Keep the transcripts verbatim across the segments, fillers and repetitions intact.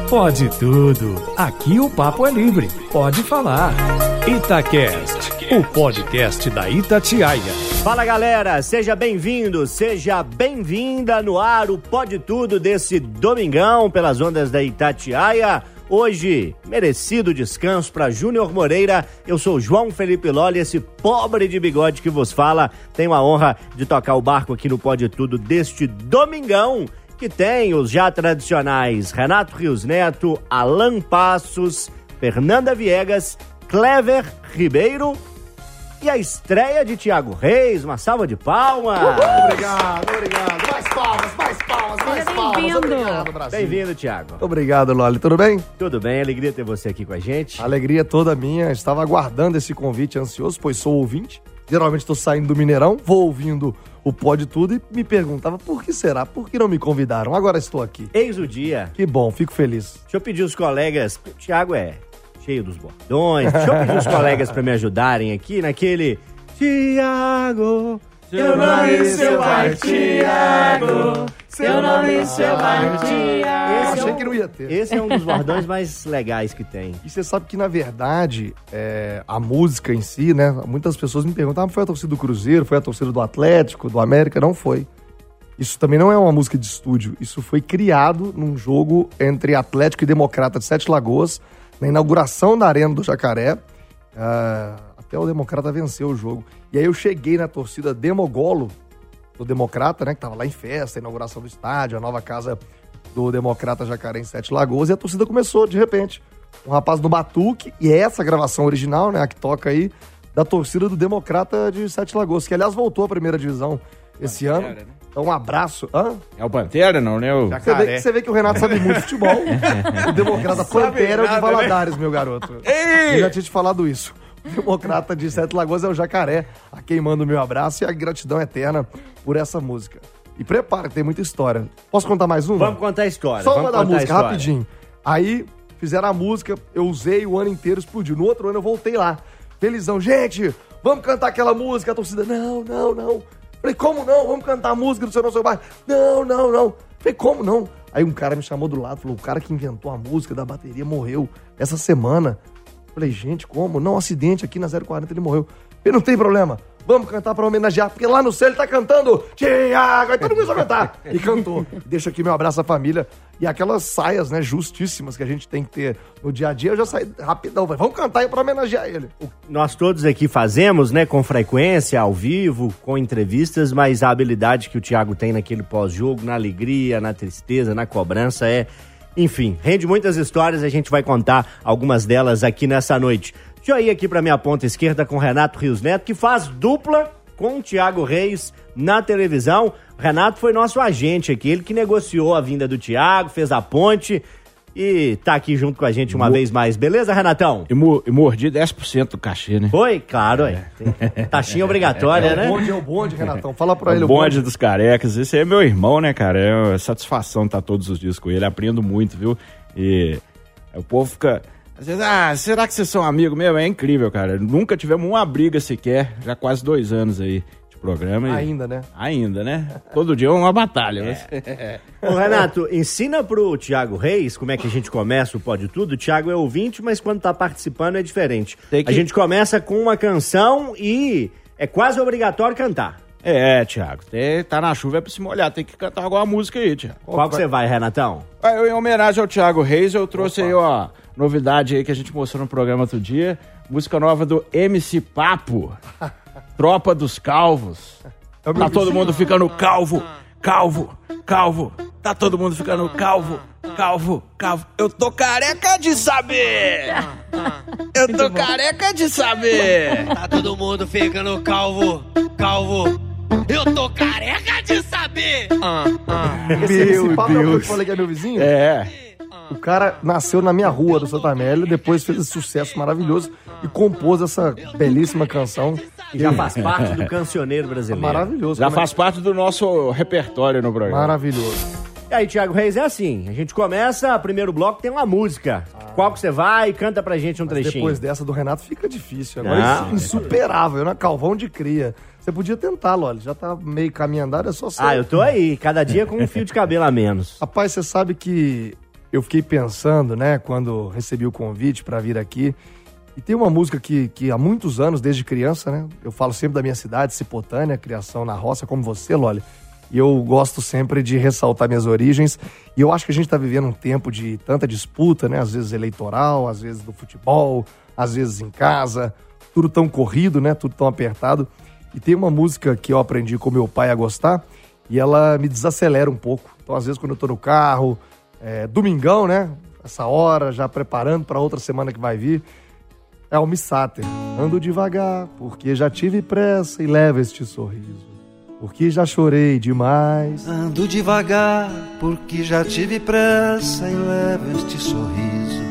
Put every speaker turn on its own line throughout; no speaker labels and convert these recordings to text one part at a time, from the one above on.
Pode tudo. Aqui o papo é livre. Pode falar. Itacast, o podcast da Itatiaia.
Fala galera, seja bem-vindo, seja bem-vinda no ar o Pode Tudo desse domingão pelas ondas da Itatiaia. Hoje, merecido descanso para Júnior Moreira. Eu sou João Felipe Lolli, esse pobre de bigode que vos fala. Tenho a honra de tocar o barco aqui no Pode Tudo deste domingão, que tem os já tradicionais Renato Rios Neto, Alan Passos, Fernanda Viegas, Clever Ribeiro e a estreia de Thiago Reis. Uma salva de palmas.
Uhul. Obrigado, obrigado. Mais palmas, mais palmas, mais palmas.
Bem-vindo.
Obrigado, Brasil.
Bem-vindo, Thiago.
Obrigado, Lolli. Tudo bem?
Tudo bem, alegria ter você aqui com a gente.
Alegria toda minha. Estava aguardando esse convite ansioso, pois sou ouvinte. Geralmente estou saindo do Mineirão, vou ouvindo o Pode Tudo e me perguntava por que será, por que não me convidaram? Agora estou aqui.
Eis o dia.
Que bom, fico feliz.
Deixa eu pedir os colegas, o Thiago é cheio dos bordões, deixa eu pedir os colegas para me ajudarem aqui naquele Thiago,
seu nome, seu pai, Thiago, seu nome, seu pai, Thiago.
Achei
é um,
que não ia ter.
Esse é um dos bordões mais legais que tem.
E você sabe que, na verdade, é, a música em si, né? Muitas pessoas me perguntam, ah, foi a torcida do Cruzeiro, foi a torcida do Atlético, do América? Não foi. Isso também não é uma música de estúdio. Isso foi criado num jogo entre Atlético e Democrata de Sete Lagoas, na inauguração da Arena do Jacaré. Uh, até o Democrata venceu o jogo. E aí eu cheguei na torcida Demogolo, do Democrata, né? Que tava lá em festa, a inauguração do estádio, a nova casa do Democrata Jacaré em Sete Lagoas. E a torcida começou, de repente. Um rapaz do Batuque, e é essa gravação original, né? A que toca aí, da torcida do Democrata de Sete Lagoas, que aliás voltou à primeira divisão esse ano. Né? Então um abraço. Hã?
É o Pantera, não, né? O...
Você, vê, você vê que o Renato sabe muito de futebol. O Democrata Pantera é o de Valadares, né? Meu garoto.
Ei!
Eu já tinha te falado isso. O Democrata de Sete Lagoas é o Jacaré, a quem manda o meu abraço e a gratidão eterna por essa música. E prepara, que tem muita história. Posso contar mais uma?
Vamos contar a história.
Só
Vamos
uma da música,
história.
rapidinho. Aí, fizeram a música, eu usei o ano inteiro, explodiu. No outro ano eu voltei lá, felizão. Gente, vamos cantar aquela música. A torcida, não, não, não. Falei, como não? Vamos cantar a música do Seu Não Seu Bairro. Não, não, não. Falei, como não? Aí um cara me chamou do lado, falou, o cara que inventou a música da bateria morreu essa semana. Falei, gente, como? Não, um acidente aqui na zero quarenta, ele morreu. E não tem problema, vamos cantar pra homenagear, porque lá no céu ele tá cantando Thiago, aí todo mundo vai cantar. E cantou. Deixa aqui meu abraço à família. E aquelas saias, né, justíssimas que a gente tem que ter no dia a dia, eu já saí rapidão. Falei, vamos cantar aí pra homenagear ele.
Nós todos aqui fazemos, né, com frequência, ao vivo, com entrevistas, mas a habilidade que o Thiago tem naquele pós-jogo, na alegria, na tristeza, na cobrança é... Enfim, rende muitas histórias, a gente vai contar algumas delas aqui nessa noite. Deixa eu ir aqui pra minha ponta esquerda com o Renato Rios Neto, que faz dupla com o Thiago Reis na televisão. O Renato foi nosso agente aqui, ele que negociou a vinda do Thiago, fez a ponte e tá aqui junto com a gente uma Mo... vez mais. Beleza, Renatão?
E, mo... e mordi dez por cento do cachê, né?
Foi? Claro, é. Taxinha obrigatória,
é, é,
né?
O bonde é o bonde, Renatão. Fala pra
é
ele
o bonde. O bonde dos carecas. Esse aí é meu irmão, né, cara? É uma satisfação estar todos os dias com ele. Aprendo muito, viu? E o povo fica... Às vezes, ah, será que vocês são amigos mesmo? É incrível, cara. Nunca tivemos uma briga sequer. Já quase dois anos aí de programa. E...
Ainda, né?
Ainda, né? Todo dia é uma batalha. Mas...
É. Ô, Renato, ensina pro Thiago Reis como é que a gente começa o Pode Tudo. O Thiago é ouvinte, mas quando tá participando é diferente. Que... A gente começa com uma canção e é quase obrigatório cantar.
É, Thiago, tem, tá na chuva é pra se molhar, tem que cantar alguma música aí, Thiago.
Qual que você vai, Renatão?
Eu, em homenagem ao Thiago Reis, eu trouxe Opa. aí, ó, novidade aí que a gente mostrou no programa outro dia, música nova do M C Papo, Tropa dos Calvos. É tá todo mundo ficando calvo, calvo, calvo, tá todo mundo ficando calvo, calvo, calvo. Eu tô careca de saber! Eu tô Muito careca bom. de saber!
Tá todo mundo ficando calvo, calvo. Eu tô careca de saber!
Ah, ah. Esse, esse papo é o que eu falei que é meu vizinho?
É.
O cara nasceu na minha rua do Santa Amélia, depois fez esse sucesso maravilhoso e compôs essa belíssima canção.
Que já faz parte do cancioneiro brasileiro.
Maravilhoso.
Já faz é? parte do nosso repertório no programa.
Maravilhoso.
E aí, Thiago Reis, é assim, a gente começa, primeiro bloco tem uma música. Ah. Qual que você vai? Canta pra gente um
Mas
trechinho.
Depois dessa do Renato fica difícil. Agora é insuperável, na Calvão de Cria. Você podia tentar, Lolli, já tá meio caminho andado, é só você.
Ah, eu tô aí, cada dia com um fio de cabelo a menos.
Rapaz, você sabe que eu fiquei pensando, né, quando recebi o convite para vir aqui, e tem uma música que, que há muitos anos, desde criança, né, eu falo sempre da minha cidade, Cipotânea, criação na roça, como você, Loli, e eu gosto sempre de ressaltar minhas origens, e eu acho que a gente está vivendo um tempo de tanta disputa, né, às vezes eleitoral, às vezes do futebol, às vezes em casa, tudo tão corrido, né, tudo tão apertado, e tem uma música que eu aprendi com meu pai a gostar, e ela me desacelera um pouco, então às vezes quando eu tô no carro, é, domingão, né, essa hora, já preparando para outra semana que vai vir, é o Miss Sater. Ando devagar, porque já tive pressa e leva este sorriso. Porque já chorei demais.
Ando devagar, porque já tive pressa e levo este sorriso.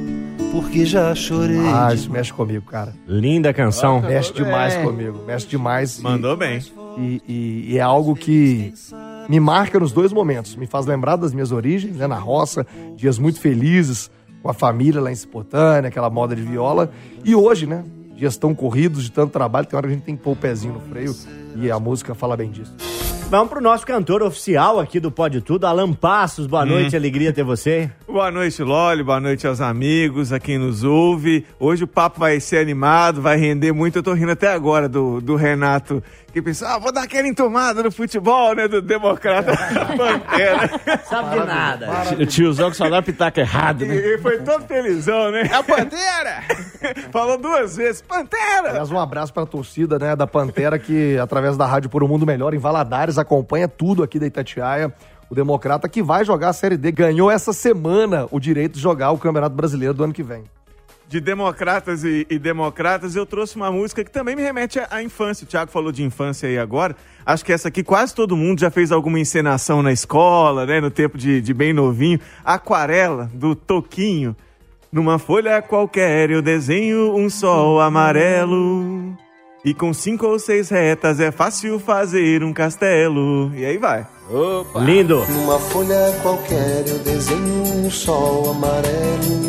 Porque já chorei.
Ah, isso mexe comigo, cara.
Linda canção.
Ah, mexe demais bem. comigo, mexe demais.
Mandou
e,
bem.
E, e, e é algo que me marca nos dois momentos. Me faz lembrar das minhas origens, né, na roça, dias muito felizes, com a família lá em Cipotânea, aquela moda de viola. E hoje, né, dias tão corridos, de tanto trabalho, tem hora que a gente tem que pôr o pezinho no freio. E a música fala bem disso.
Vamos pro nosso cantor oficial aqui do Pode Tudo, Alan Passos. Boa noite, hum. alegria ter você.
Boa noite, Loli, boa noite aos amigos, a quem nos ouve. Hoje o papo vai ser animado, vai render muito. Eu tô rindo até agora do, do Renato, que pensou, ah, vou dar aquela entomada no futebol, né, do Democrata Pantera.
Sabe de nada.
O tiozão que só dá pitaco errado, né?
E, e foi todo felizão, né? É a Pantera! Falou duas vezes, Pantera!
Aliás, um abraço pra torcida, né, da Pantera, que através da Rádio Por um Mundo Melhor, em Valadares, acompanha tudo aqui da Itatiaia. O Democrata que vai jogar a Série D, ganhou essa semana o direito de jogar o Campeonato Brasileiro do ano que vem.
De democratas e, e democratas, eu trouxe uma música que também me remete à, à infância. O Thiago falou de infância aí agora. Acho que essa aqui quase todo mundo já fez alguma encenação na escola, né? No tempo de, de bem novinho. Aquarela, do Toquinho. Numa folha qualquer eu desenho um sol amarelo. E com cinco ou seis retas é fácil fazer um castelo. E aí vai.
Opa. Lindo.
Numa folha qualquer eu desenho um sol amarelo.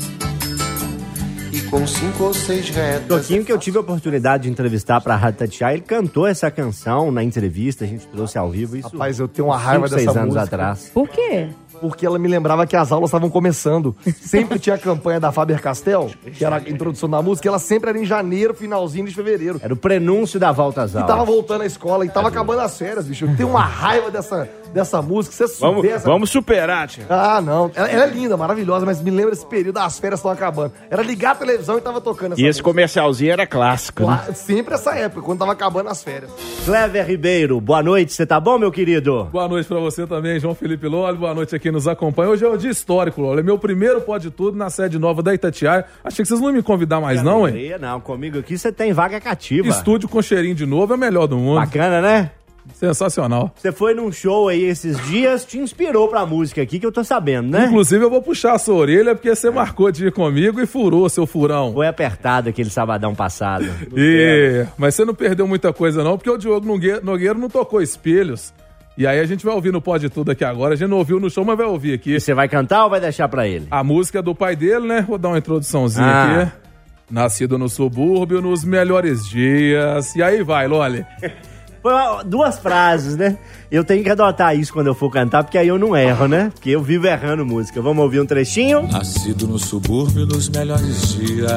Com cinco ou seis retas.
Toquinho, que eu tive a oportunidade de entrevistar pra Rádio Itatiaia, ele cantou essa canção na entrevista, a gente trouxe ao vivo isso.
Rapaz, eu tenho uma raiva
cinco,
dessa
seis anos
música.
atrás.
Por quê?
Porque ela me lembrava que as aulas estavam começando. Sempre tinha a campanha da Faber-Castell, que era a introdução da música, e ela sempre era em janeiro, finalzinho de fevereiro.
Era o prenúncio da volta às
E
aulas.
tava voltando à escola, e tava acabando as férias, bicho. Eu tenho uma raiva dessa, dessa música, você
Vamos,
soubesse...
vamos superar, tia.
Ah, não. Ela, ela é linda, maravilhosa, mas me lembra esse período, as férias estão acabando. Era ligar a televisão e tava tocando essa
E esse
música.
comercialzinho era clássico, né?
Lá, sempre essa época, quando tava acabando as férias.
Clever Ribeiro, boa noite, você tá bom, meu querido?
Boa noite pra você também, João Felipe Loli. Boa noite a quem nos acompanha. Hoje é um dia histórico, Loli. É meu primeiro Pode Tudo na sede nova da Itatiaia. Achei que vocês não iam me convidar mais, não, hein?
Não, comigo aqui você tem vaga cativa.
Estúdio com cheirinho de novo é o melhor do mundo.
Bacana, né?
Sensacional.
Você foi num show aí esses dias, te inspirou pra música aqui, que eu tô sabendo, né?
Inclusive, eu vou puxar a sua orelha, porque você marcou de ir comigo e furou seu furão.
Foi apertado aquele sabadão passado.
E... Mas você não perdeu muita coisa, não, porque o Diogo Nogueira, Nogueira não tocou Espelhos. E aí a gente vai ouvir no Pode Tudo aqui agora. A gente não ouviu no show, mas vai ouvir aqui.
E você vai cantar ou vai deixar pra ele?
A música do pai dele, né? Vou dar uma introduçãozinha
ah.
aqui. Nascido no subúrbio, nos melhores dias. E aí vai, Loli.
Foi uma, duas frases, né? Eu tenho que adotar isso quando eu for cantar, porque aí eu não erro, né? Porque eu vivo errando música. Vamos ouvir um trechinho?
Nascido no subúrbio, nos melhores dias.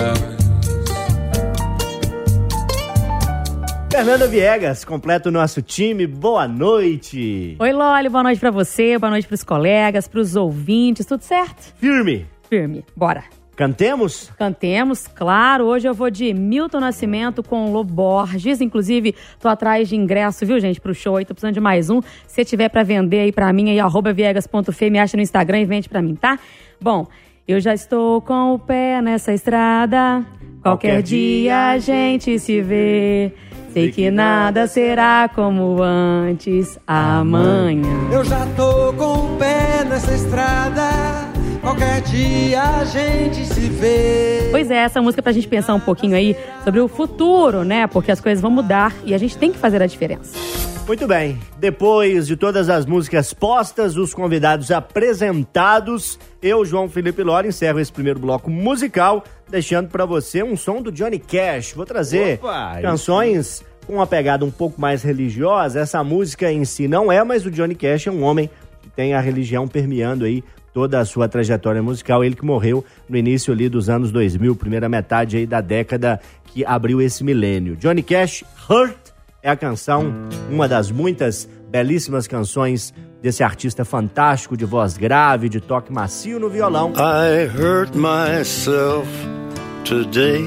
Fernanda Viegas, completa o nosso time. Boa noite.
Oi, Loli. Boa noite pra você, boa noite pros colegas, pros ouvintes. Tudo certo?
Firme.
Firme. Bora.
Cantemos?
Cantemos, claro. Hoje eu vou de Milton Nascimento com Lobo Borges. Inclusive, tô atrás de ingresso, viu, gente, pro show aí. Tô precisando de mais um. Se tiver pra vender aí pra mim, aí, arroba viegas ponto fe, me acha no Instagram e vende pra mim, tá? Bom, eu já estou com o pé nessa estrada. Qualquer, Qualquer dia a gente se vê. Sei que nada será como antes amanhã.
Eu já tô com o pé nessa estrada. Qualquer dia a gente se vê.
Pois é, essa música é pra gente pensar um pouquinho aí sobre o futuro, né? Porque as coisas vão mudar e a gente tem que fazer a diferença.
Muito bem. Depois de todas as músicas postas, os convidados apresentados, eu, João Felipe Loli, encerro esse primeiro bloco musical, deixando pra você um som do Johnny Cash. Vou trazer
Opa,
canções com uma pegada um pouco mais religiosa. Essa música em si não é, mas o Johnny Cash é um homem que tem a religião permeando aí toda a sua trajetória musical. Ele que morreu no início ali dos anos dois mil, primeira metade aí da década que abriu esse milênio. Johnny Cash, Hurt, é a canção, uma das muitas belíssimas canções desse artista fantástico de voz grave, de toque macio no violão.
I hurt myself today.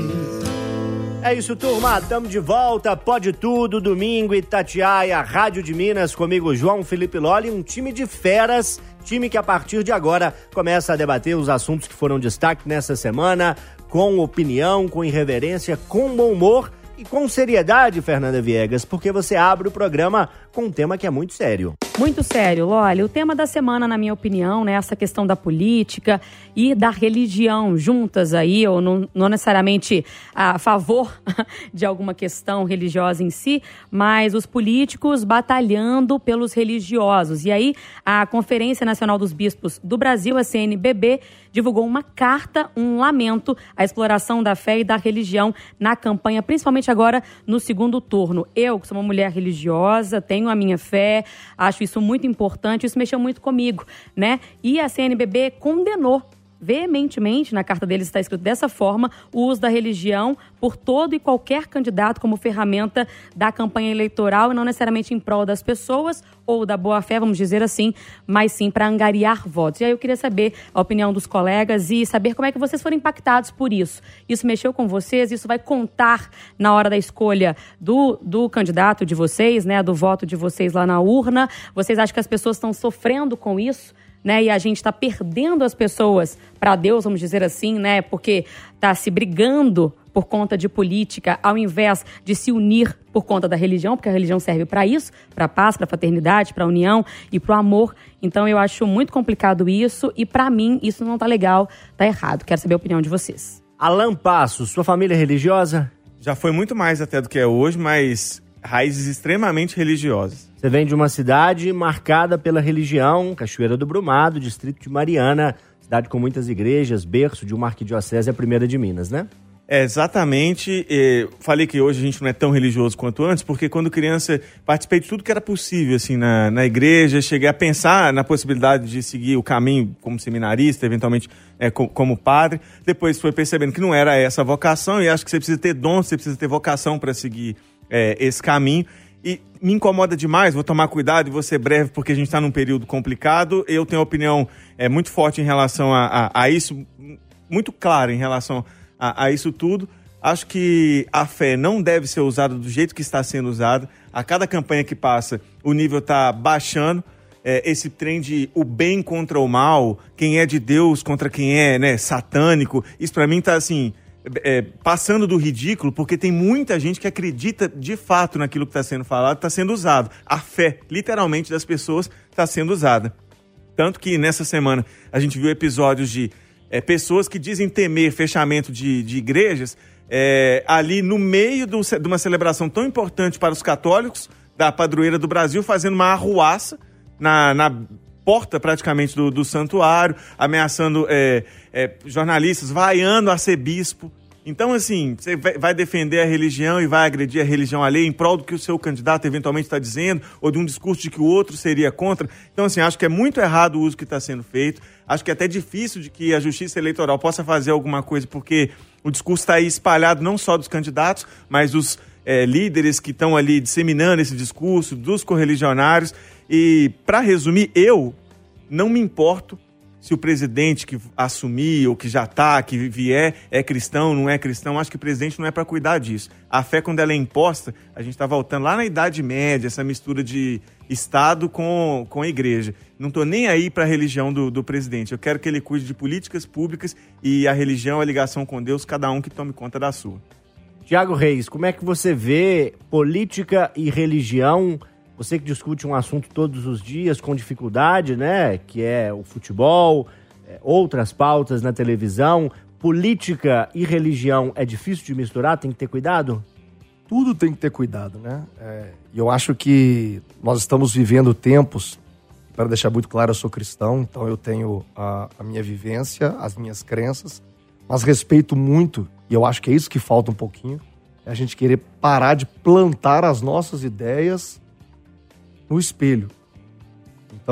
É isso, turma, estamos de volta, Pode Tudo, domingo, Itatiaia, Rádio de Minas, comigo João Felipe Lolli, um time de feras, time que a partir de agora começa a debater os assuntos que foram destaque nessa semana, com opinião, com irreverência, com bom humor e com seriedade, Fernanda Viegas, porque você abre o programa com um tema que é muito sério.
Muito sério, Lolli. O tema da semana, na minha opinião, né, essa questão da política e da religião juntas aí, ou não, não necessariamente a favor de alguma questão religiosa em si, mas os políticos batalhando pelos religiosos. E aí, a Conferência Nacional dos Bispos do Brasil, a C N B B, divulgou uma carta, um lamento à exploração da fé e da religião na campanha, principalmente agora no segundo turno. Eu, que sou uma mulher religiosa, tenho a minha fé, acho isso muito importante, isso mexeu muito comigo, né? E a C N B B condenou veementemente, na carta deles está escrito dessa forma, o uso da religião por todo e qualquer candidato como ferramenta da campanha eleitoral e não necessariamente em prol das pessoas ou da boa-fé, vamos dizer assim, mas sim para angariar votos. E aí eu queria saber a opinião dos colegas e saber como é que vocês foram impactados por isso. Isso mexeu com vocês? Isso vai contar na hora da escolha do, do candidato de vocês, né, do voto de vocês lá na urna? Vocês acham que as pessoas estão sofrendo com isso? Né, e a gente está perdendo as pessoas para Deus, vamos dizer assim, né? Porque está se brigando por conta de política, ao invés de se unir por conta da religião, porque a religião serve para isso, para a paz, para a fraternidade, para a união e para o amor. Então eu acho muito complicado isso e para mim isso não tá legal, tá errado. Quero saber a opinião de vocês.
Alan Passos, sua família é religiosa?
Já foi muito mais até do que é hoje, mas raízes extremamente religiosas.
Você vem de uma cidade marcada pela religião, Cachoeira do Brumado, distrito de Mariana, cidade com muitas igrejas, berço de uma arquidiocese, a primeira de Minas, né?
É, exatamente. Eu falei que hoje a gente não é tão religioso quanto antes, porque quando criança participei de tudo que era possível assim, na, na igreja, cheguei a pensar na possibilidade de seguir o caminho como seminarista, eventualmente é, com, como padre. Depois foi percebendo que não era essa a vocação e acho que você precisa ter dom, você precisa ter vocação para seguir é, esse caminho. E me incomoda demais, vou tomar cuidado e vou ser breve porque a gente está num período complicado. Eu tenho uma opinião é, muito forte em relação a, a, a isso, muito clara em relação a, a isso tudo. Acho que a fé não deve ser usada do jeito que está sendo usada. A cada campanha que passa, o nível está baixando. É, esse trem de o bem contra o mal, quem é de Deus contra quem é, né, satânico, isso para mim está assim... É, passando do ridículo, porque tem muita gente que acredita de fato naquilo que está sendo falado, está sendo usado. A fé, literalmente, das pessoas está sendo usada. Tanto que nessa semana a gente viu episódios de é, pessoas que dizem temer fechamento de, de igrejas é, ali no meio do, de uma celebração tão importante para os católicos, da padroeira do Brasil, fazendo uma arruaça na... na porta praticamente do, do santuário, ameaçando é, é, jornalistas, vaiando arcebispo. Então, assim, você vai defender a religião e vai agredir a religião alheia em prol do que o seu candidato eventualmente está dizendo, ou de um discurso de que o outro seria contra. Então, assim, acho que é muito errado o uso que está sendo feito. Acho que é até difícil de que a Justiça Eleitoral possa fazer alguma coisa, porque o discurso está aí espalhado não só dos candidatos, mas dos é, líderes que estão ali disseminando esse discurso, dos correligionários. E, para resumir, eu não me importo se o presidente que assumir ou que já está, que vier, é cristão, não é cristão. Acho que o presidente não é para cuidar disso. A fé, quando ela é imposta, a gente está voltando lá na Idade Média, essa mistura de Estado com, com a igreja. Não estou nem aí para a religião do, do presidente. Eu quero que ele cuide de políticas públicas e a religião, a ligação com Deus, cada um que tome conta da sua.
Tiago Reis, como é que você vê política e religião? Você que discute um assunto todos os dias com dificuldade, né? Que é o futebol, é, outras pautas na televisão. Política e religião é difícil de misturar? Tem que ter cuidado?
Tudo tem que ter cuidado, né? É, e eu acho que nós estamos vivendo tempos, para deixar muito claro, eu sou cristão, então eu tenho a, a minha vivência, as minhas crenças, mas respeito muito, e eu acho que é isso que falta um pouquinho, é a gente querer parar de plantar as nossas ideias no espelho. Então,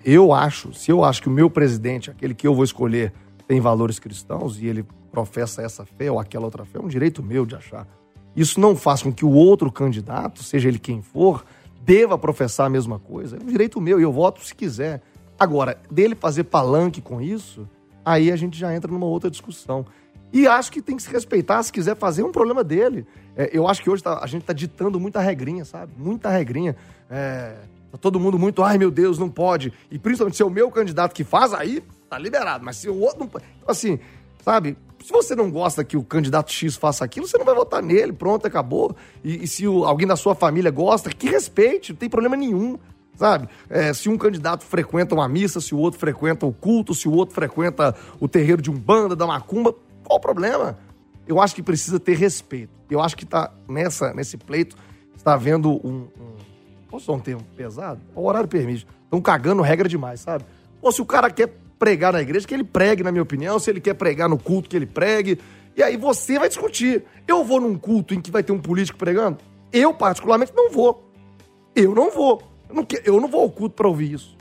eu acho, se eu acho que o meu presidente, aquele que eu vou escolher, tem valores cristãos e ele professa essa fé ou aquela outra fé, é um direito meu de achar. Isso não faz com que o outro candidato, seja ele quem for, deva professar a mesma coisa. É um direito meu e eu voto se quiser. Agora, dele fazer palanque com isso, aí a gente já entra numa outra discussão. E acho que tem que se respeitar, se quiser fazer, é um problema dele. É, eu acho que hoje tá, a gente tá ditando muita regrinha, sabe? Muita regrinha. É, tá todo mundo muito, ai meu Deus, não pode. E principalmente se é o meu candidato que faz, aí tá liberado. Mas se o outro não pode... Então, assim, sabe? Se você não gosta que o candidato X faça aquilo, você não vai votar nele, pronto, acabou. E, e se o, alguém da sua família gosta, que respeite, não tem problema nenhum, sabe? É, se um candidato frequenta uma missa, se o outro frequenta o culto, se o outro frequenta o terreiro de Umbanda, da Macumba, qual o problema? Eu acho que precisa ter respeito. Eu acho que tá nessa, nesse pleito, está havendo um... um posso usar um termo pesado? O horário permite. Estão cagando regra demais, sabe? Ou se o cara quer pregar na igreja, que ele pregue, na minha opinião. Se ele quer pregar no culto, que ele pregue. E aí você vai discutir. Eu vou num culto em que vai ter um político pregando? Eu, particularmente, não vou. Eu não vou. Eu não, eu não vou ao culto para ouvir isso.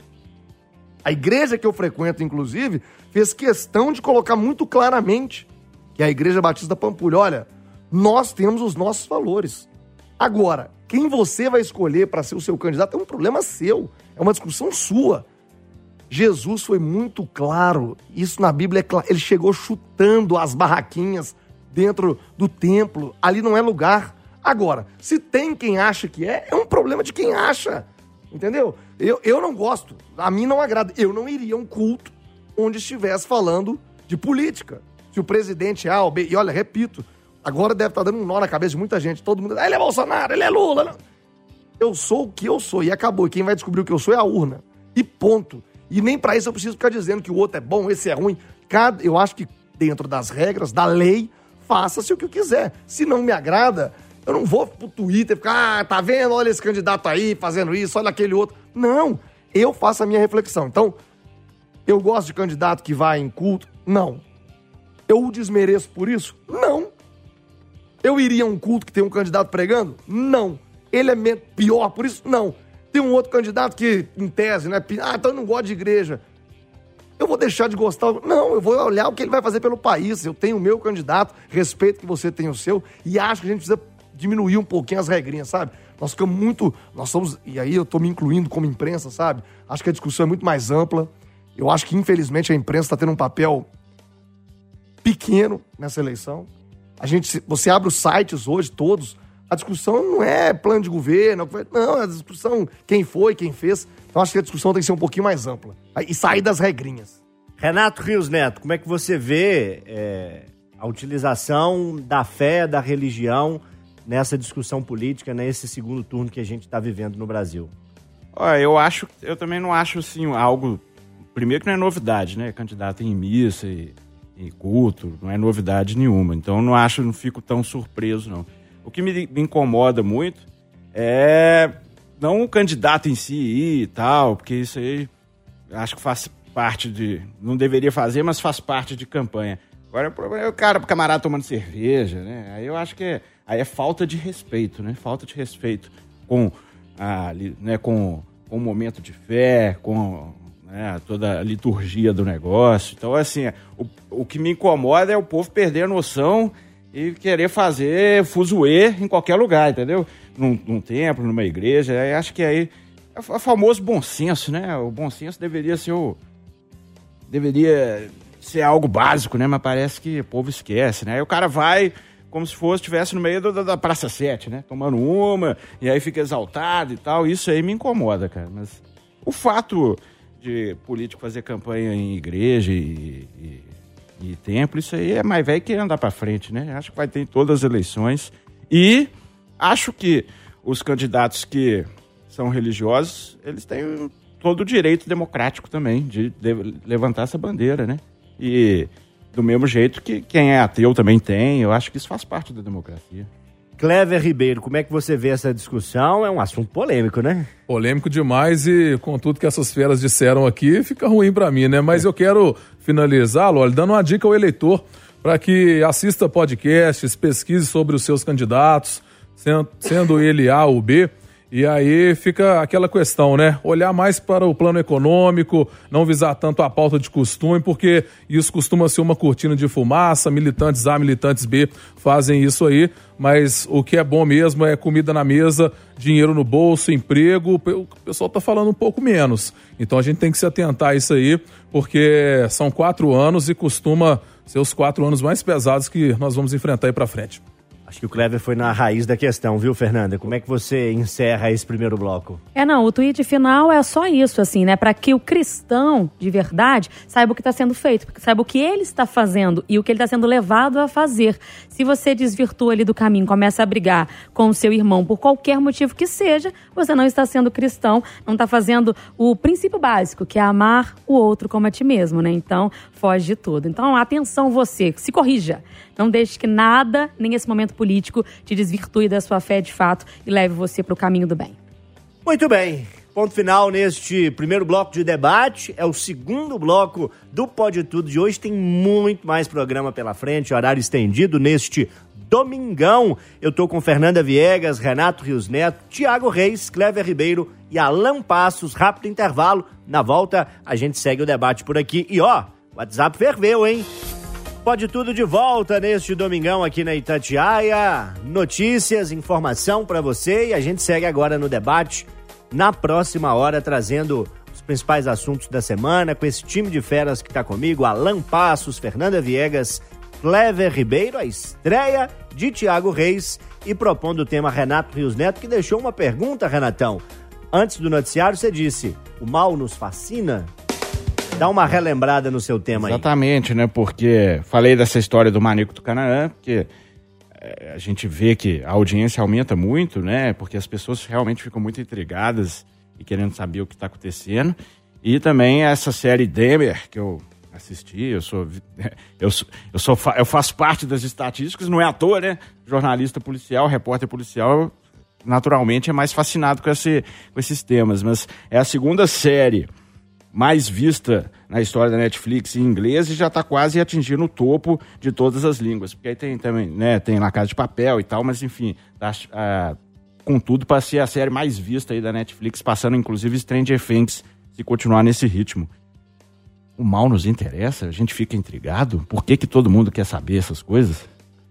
A igreja que eu frequento, inclusive, fez questão de colocar muito claramente que a Igreja Batista Pampulha, olha, nós temos os nossos valores. Agora, quem você vai escolher para ser o seu candidato é um problema seu. É uma discussão sua. Jesus foi muito claro, isso na Bíblia é claro, ele chegou chutando as barraquinhas dentro do templo, ali não é lugar. Agora, se tem quem acha que é, é um problema de quem acha, entendeu? Eu, eu não gosto, a mim não agrada, eu não iria a um culto onde estivesse falando de política. Se o presidente é A ou B, e olha, repito, agora deve estar dando um nó na cabeça de muita gente, todo mundo, ah, ele é Bolsonaro, ele é Lula. Não. Eu sou o que eu sou, e acabou, quem vai descobrir o que eu sou é a urna, e ponto. E nem pra isso eu preciso ficar dizendo que o outro é bom, esse é ruim. Cada, eu acho que dentro das regras, da lei, faça-se o que eu quiser. Se não me agrada, eu não vou pro Twitter ficar, ah, tá vendo? Olha esse candidato aí fazendo isso, olha aquele outro. Não, eu faço a minha reflexão. Então, eu gosto de candidato que vai em culto? Não. Eu o desmereço por isso? Não. Eu iria a um culto que tem um candidato pregando? Não. Ele é pior por isso? Não. Tem um outro candidato que, em tese, né? Ah, então eu não gosto de igreja. Eu vou deixar de gostar? Não, eu vou olhar o que ele vai fazer pelo país. Eu tenho o meu candidato, respeito que você tem o seu, e acho que a gente precisa diminuir um pouquinho as regrinhas, sabe? Nós ficamos muito... Nós somos... E aí eu tô me incluindo como imprensa, sabe? Acho que a discussão é muito mais ampla. Eu acho que, infelizmente, a imprensa está tendo um papel pequeno nessa eleição. A gente... Você abre os sites hoje, todos... A discussão não é plano de governo, não, a discussão quem foi, quem fez. Então acho que a discussão tem que ser um pouquinho mais ampla. E sair das regrinhas.
Renato Rios Neto, como é que você vê é, a utilização da fé, da religião nessa discussão política, nesse segundo turno que a gente está vivendo no Brasil?
Olha, eu acho, eu também não acho assim algo... Primeiro que não é novidade, né? Candidato em missa e, e culto, não é novidade nenhuma. Então não acho, não fico tão surpreso, não. O que me, me incomoda muito é não o candidato em si e tal, porque isso aí acho que faz parte de... Não deveria fazer, mas faz parte de campanha. Agora o problema é o cara, o camarada tomando cerveja, né? Aí eu acho que é, aí é falta de respeito, né? Falta de respeito com, a, né, com, com o momento de fé, com... É, toda a liturgia do negócio. Então, assim, o, o que me incomoda é o povo perder a noção e querer fazer fuzuê em qualquer lugar, entendeu? Num, num templo, numa igreja. Aí acho que aí é o famoso bom senso, né? O bom senso deveria ser o... Deveria ser algo básico, né? Mas parece que o povo esquece, né? Aí o cara vai como se fosse, estivesse no meio da, da Praça sete, né? Tomando uma, e aí fica exaltado e tal. Isso aí me incomoda, cara. Mas o fato de político fazer campanha em igreja e... e e templo, isso aí é mais velho que andar pra frente, né? Acho que vai ter em todas as eleições. E acho que os candidatos que são religiosos, eles têm todo o direito democrático também de, de levantar essa bandeira, né? E do mesmo jeito que quem é ateu também tem, eu acho que isso faz parte da democracia.
Clever Ribeiro, como é que você vê essa discussão? É um assunto polêmico, né?
Polêmico demais e com tudo que essas feras disseram aqui, fica ruim pra mim, né? Mas eu quero finalizá-lo, olha, dando uma dica ao eleitor para que assista podcasts, pesquise sobre os seus candidatos, sendo, sendo ele A ou B, E aí fica aquela questão, né? Olhar mais para o plano econômico, não visar tanto a pauta de costume, porque isso costuma ser uma cortina de fumaça, militantes A, militantes B fazem isso aí, mas o que é bom mesmo é comida na mesa, dinheiro no bolso, emprego, o pessoal tá falando um pouco menos. Então a gente tem que se atentar a isso aí, porque são quatro anos e costuma ser os quatro anos mais pesados que nós vamos enfrentar aí para frente.
Acho que o Clever foi na raiz da questão, viu, Fernanda? Como é que você encerra esse primeiro bloco?
É, não, o tweet final é só isso, assim, né? Para que o cristão, de verdade, saiba o que está sendo feito, saiba o que ele está fazendo e o que ele está sendo levado a fazer. Se você desvirtua ali do caminho, começa a brigar com o seu irmão por qualquer motivo que seja, você não está sendo cristão, não está fazendo o princípio básico, que é amar o outro como a ti mesmo, né? Então, foge de tudo. Então, atenção você, se corrija. Não deixe que nada, nem esse momento político, te desvirtue da sua fé de fato e leve você para o caminho do bem.
Muito bem. Ponto final neste primeiro bloco de debate. É o segundo bloco do Pode Tudo de hoje. Tem muito mais programa pela frente, horário estendido neste domingão. Eu tô com Fernanda Viegas, Renato Rios Neto, Tiago Reis, Clever Ribeiro e Alan Passos. Rápido intervalo. Na volta, a gente segue o debate por aqui. E ó, o WhatsApp ferveu, hein? Pode Tudo de volta neste domingão aqui na Itatiaia. Notícias, informação pra você e a gente segue agora no debate na próxima hora, trazendo os principais assuntos da semana com esse time de feras que tá comigo, Alan Passos, Fernanda Viegas, Clever Ribeiro, a estreia de Tiago Reis e propondo o tema Renato Rios Neto, que deixou uma pergunta, Renatão. Antes do noticiário você disse, o mal nos fascina? Dá uma relembrada no seu tema aí.
Exatamente, né? Porque falei dessa história do Maníaco do Canaã, porque é, a gente vê que a audiência aumenta muito, né? Porque as pessoas realmente ficam muito intrigadas e querendo saber o que está acontecendo. E também essa série Dahmer, que eu assisti, eu sou, eu sou, eu sou, eu faço parte das estatísticas, não é à toa, né? Jornalista policial, repórter policial, naturalmente é mais fascinado com, esse, com esses temas. Mas é a segunda série mais vista na história da Netflix em inglês e já está quase atingindo o topo de todas as línguas. Porque aí tem também, né, tem La Casa de Papel e tal, mas enfim, tá, ah, contudo para ser a série mais vista aí da Netflix, passando inclusive Stranger Things, se continuar nesse ritmo. O mal nos interessa? A gente fica intrigado? Por que que todo mundo quer saber essas coisas?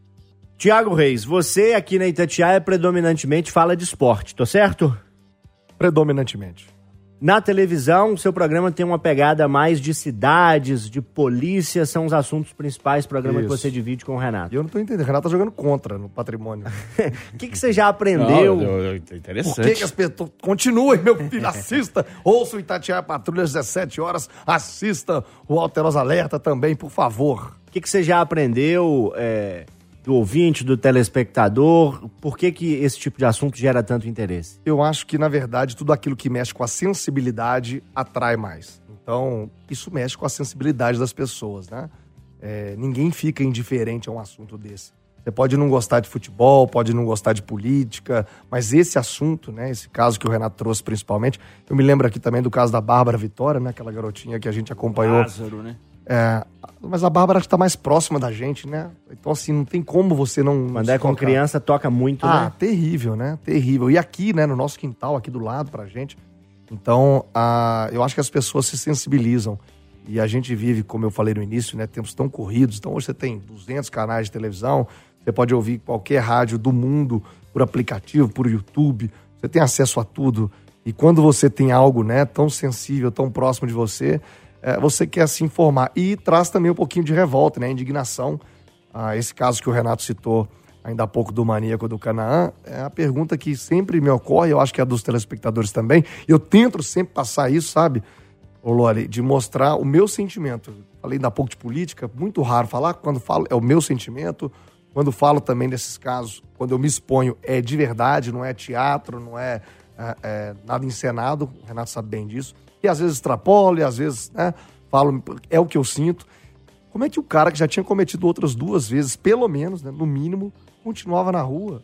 Tiago Reis, você aqui na Itatiaia predominantemente fala de esporte, tô certo?
Predominantemente.
Na televisão, seu programa tem uma pegada mais de cidades, de polícia, são os assuntos principais do programa Isso. que você divide com o Renato.
E eu não tô entendendo, o Renato tá jogando contra no patrimônio.
O que, que você já aprendeu?
Não, eu, eu, interessante.
Por que, que as pessoas... Continuem, meu filho, assista, ouça o Itatiaia Patrulha às dezessete horas, assista o Alterosa Alerta também, por favor.
O que, que você já aprendeu... É... do ouvinte, do telespectador, por que que esse tipo de assunto gera tanto interesse?
Eu acho que, na verdade, tudo aquilo que mexe com a sensibilidade atrai mais. Então, isso mexe com a sensibilidade das pessoas, né? É, ninguém fica indiferente a um assunto desse. Você pode não gostar de futebol, pode não gostar de política, mas esse assunto, né, esse caso que o Renato trouxe principalmente, eu me lembro aqui também do caso da Bárbara Vitória, né, aquela garotinha que a gente acompanhou.
Lázaro, né?
É, mas a Bárbara está mais próxima da gente, né? Então, assim, não tem como você não...
Quando é com tocar. Criança, toca muito,
ah,
né?
Ah, terrível, né? Terrível. E aqui, né, no nosso quintal, aqui do lado pra gente. Então, ah, eu acho que as pessoas se sensibilizam. E a gente vive, como eu falei no início, né, tempos tão corridos. Então, hoje você tem duzentos canais de televisão, você pode ouvir qualquer rádio do mundo por aplicativo, por YouTube. Você tem acesso a tudo. E quando você tem algo, né, tão sensível, tão próximo de você... É, você quer se informar. E traz também um pouquinho de revolta, né? Indignação. Ah, esse caso que o Renato citou ainda há pouco do Maníaco do Canaã, é a pergunta que sempre me ocorre, eu acho que é a dos telespectadores também. Eu tento sempre passar isso, sabe, ô Loli, de mostrar o meu sentimento. Falei ainda há pouco de política, muito raro falar. Quando falo, é o meu sentimento. Quando falo também desses casos, quando eu me exponho, é de verdade, não é teatro, não é, é, é nada encenado. O Renato sabe bem disso. E às vezes extrapolo, e às vezes, né, falo, é o que eu sinto. Como é que o cara que já tinha cometido outras duas vezes, pelo menos, né, no mínimo, continuava na rua?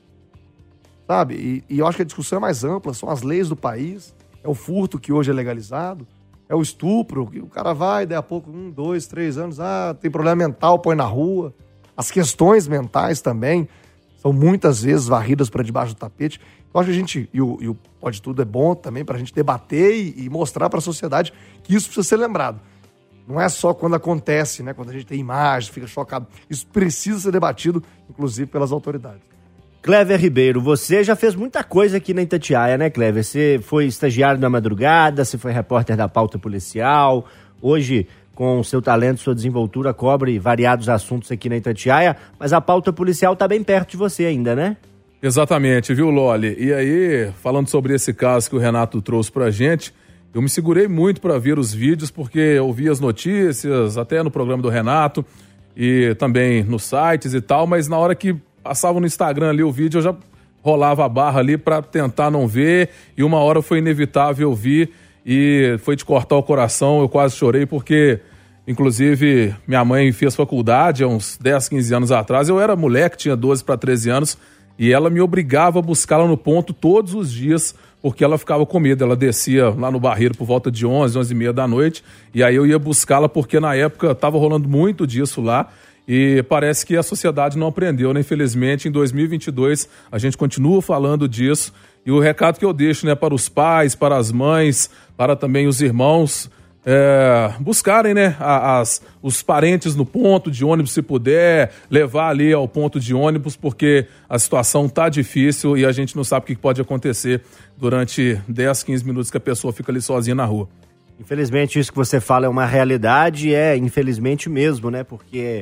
Sabe? E, e eu acho que a discussão é mais ampla, são as leis do país, é o furto que hoje é legalizado, é o estupro, que o cara vai, daí a pouco, um, dois, três anos, ah, tem problema mental, põe na rua. As questões mentais também são muitas vezes varridas para debaixo do tapete. Eu acho que a gente, e o, e o Pode Tudo é bom também para a gente debater e, e mostrar para a sociedade que isso precisa ser lembrado. Não é só quando acontece, né? Quando a gente tem imagens, fica chocado. Isso precisa ser debatido, inclusive pelas autoridades.
Clever Ribeiro, você já fez muita coisa aqui na Itatiaia, né, Clever? Você foi estagiário da madrugada, você foi repórter da pauta policial. Hoje, com o seu talento, sua desenvoltura, cobre variados assuntos aqui na Itatiaia, mas a pauta policial tá bem perto de você ainda, né?
Exatamente, viu, Loli? E aí, falando sobre esse caso que o Renato trouxe pra gente, eu me segurei muito para ver os vídeos, porque eu vi as notícias, até no programa do Renato, e também nos sites e tal, mas na hora que passava no Instagram ali o vídeo, eu já rolava a barra ali para tentar não ver, e uma hora foi inevitável vir, e foi de cortar o coração, eu quase chorei, porque, inclusive, minha mãe fez faculdade há uns dez, quinze anos atrás, eu era moleque, tinha doze para treze anos, e ela me obrigava a buscá-la no ponto todos os dias, porque ela ficava com medo. Ela descia lá no Barreiro por volta de onze, onze e meia da noite, e aí eu ia buscá-la porque na época estava rolando muito disso lá, e parece que a sociedade não aprendeu, né? Infelizmente, em dois mil e vinte e dois, a gente continua falando disso, e o recado que eu deixo, né, para os pais, para as mães, para também os irmãos, é, buscarem, né, as, os parentes no ponto de ônibus, se puder, levar ali ao ponto de ônibus, porque a situação está difícil e a gente não sabe o que pode acontecer durante dez, quinze minutos que a pessoa fica ali sozinha na rua.
Infelizmente, isso que você fala é uma realidade, é infelizmente mesmo, né? Porque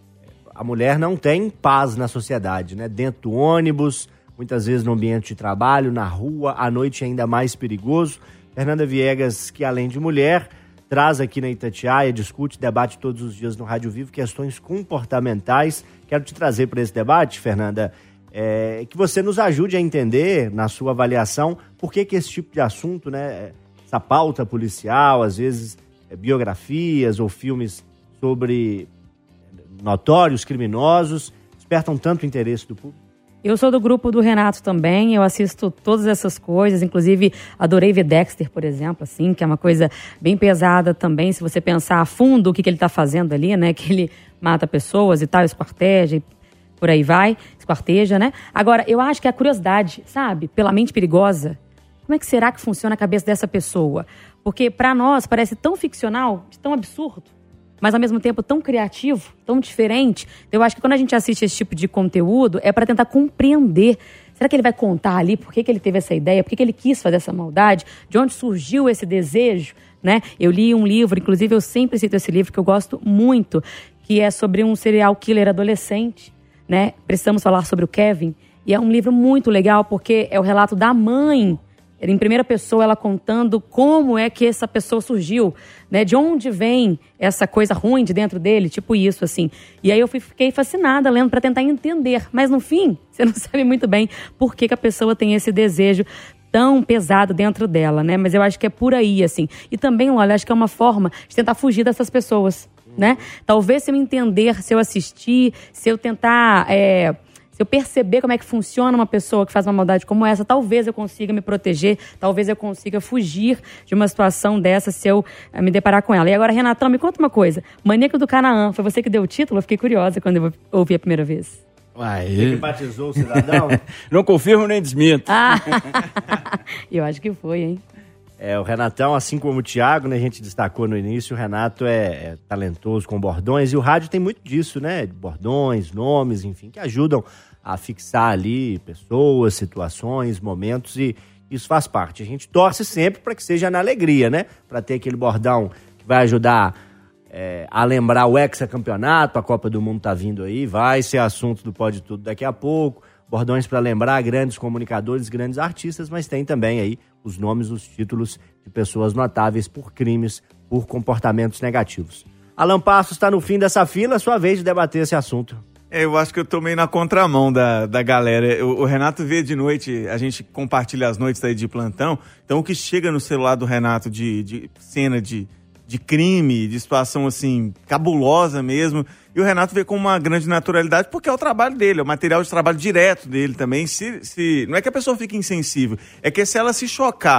a mulher não tem paz na sociedade, né? Dentro do ônibus, muitas vezes no ambiente de trabalho, na rua, à noite é ainda mais perigoso. Fernanda Viegas, que além de mulher, traz aqui na Itatiaia, discute, debate todos os dias no Rádio Vivo questões comportamentais. Quero te trazer para esse debate, Fernanda, é, que você nos ajude a entender, na sua avaliação, por que que esse tipo de assunto, né, essa pauta policial, às vezes é, biografias ou filmes sobre notórios criminosos, despertam tanto interesse do público?
Eu sou do grupo do Renato também, eu assisto todas essas coisas, inclusive adorei ver Dexter, por exemplo, assim, que é uma coisa bem pesada também, se você pensar a fundo o que, que ele está fazendo ali, né, que ele mata pessoas e tal, esquarteja e por aí vai, esquarteja, né? Agora, eu acho que a curiosidade, sabe, pela mente perigosa, como é que será que funciona a cabeça dessa pessoa? Porque para nós parece tão ficcional, tão absurdo, mas ao mesmo tempo tão criativo, tão diferente. Eu acho que quando a gente assiste esse tipo de conteúdo, é para tentar compreender. Será que ele vai contar ali por que, que ele teve essa ideia, por que, que ele quis fazer essa maldade, de onde surgiu esse desejo, né? Eu li um livro, inclusive eu sempre cito esse livro, que eu gosto muito, que é sobre um serial killer adolescente, né? Precisamos falar sobre o Kevin. E é um livro muito legal, porque é o relato da mãe, em primeira pessoa, ela contando como é que essa pessoa surgiu, né? De onde vem essa coisa ruim de dentro dele, tipo isso, assim. E aí eu fiquei fascinada lendo para tentar entender. Mas no fim, você não sabe muito bem por que, que a pessoa tem esse desejo tão pesado dentro dela, né? Mas eu acho que é por aí, assim. E também, olha, acho que é uma forma de tentar fugir dessas pessoas, né? Talvez se eu entender, se eu assistir, se eu tentar... É... Se eu perceber como é que funciona uma pessoa que faz uma maldade como essa, talvez eu consiga me proteger, talvez eu consiga fugir de uma situação dessa se eu uh, me deparar com ela. E agora, Renatão, me conta uma coisa. Maníaco do Canaã, foi você que deu o título? Eu fiquei curiosa quando eu ouvi a primeira vez.
Uai, você que batizou o cidadão?
Não confirmo nem desminto.
Ah, eu acho que foi, hein?
É, o Renatão, assim como o Thiago, né, a gente destacou no início, o Renato é, é talentoso com bordões, e o rádio tem muito disso, né? Bordões, nomes, enfim, que ajudam a fixar ali pessoas, situações, momentos, e isso faz parte. A gente torce sempre para que seja na alegria, né? Para ter aquele bordão que vai ajudar é, a lembrar o hexacampeonato, a Copa do Mundo tá vindo aí, vai ser assunto do Pode Tudo daqui a pouco. Bordões para lembrar grandes comunicadores, grandes artistas, mas tem também aí os nomes, os títulos de pessoas notáveis por crimes, por comportamentos negativos. Alan Passos está no fim dessa fila, sua vez de debater esse assunto.
É, eu acho que eu tô meio na contramão da, da galera. O, o Renato vê de noite, a gente compartilha as noites aí de plantão, então o que chega no celular do Renato de, de cena de, de crime, de situação assim, cabulosa mesmo, e o Renato vê com uma grande naturalidade, porque é o trabalho dele, é o material de trabalho direto dele também. Se, se, não é que a pessoa fique insensível, é que se ela se chocar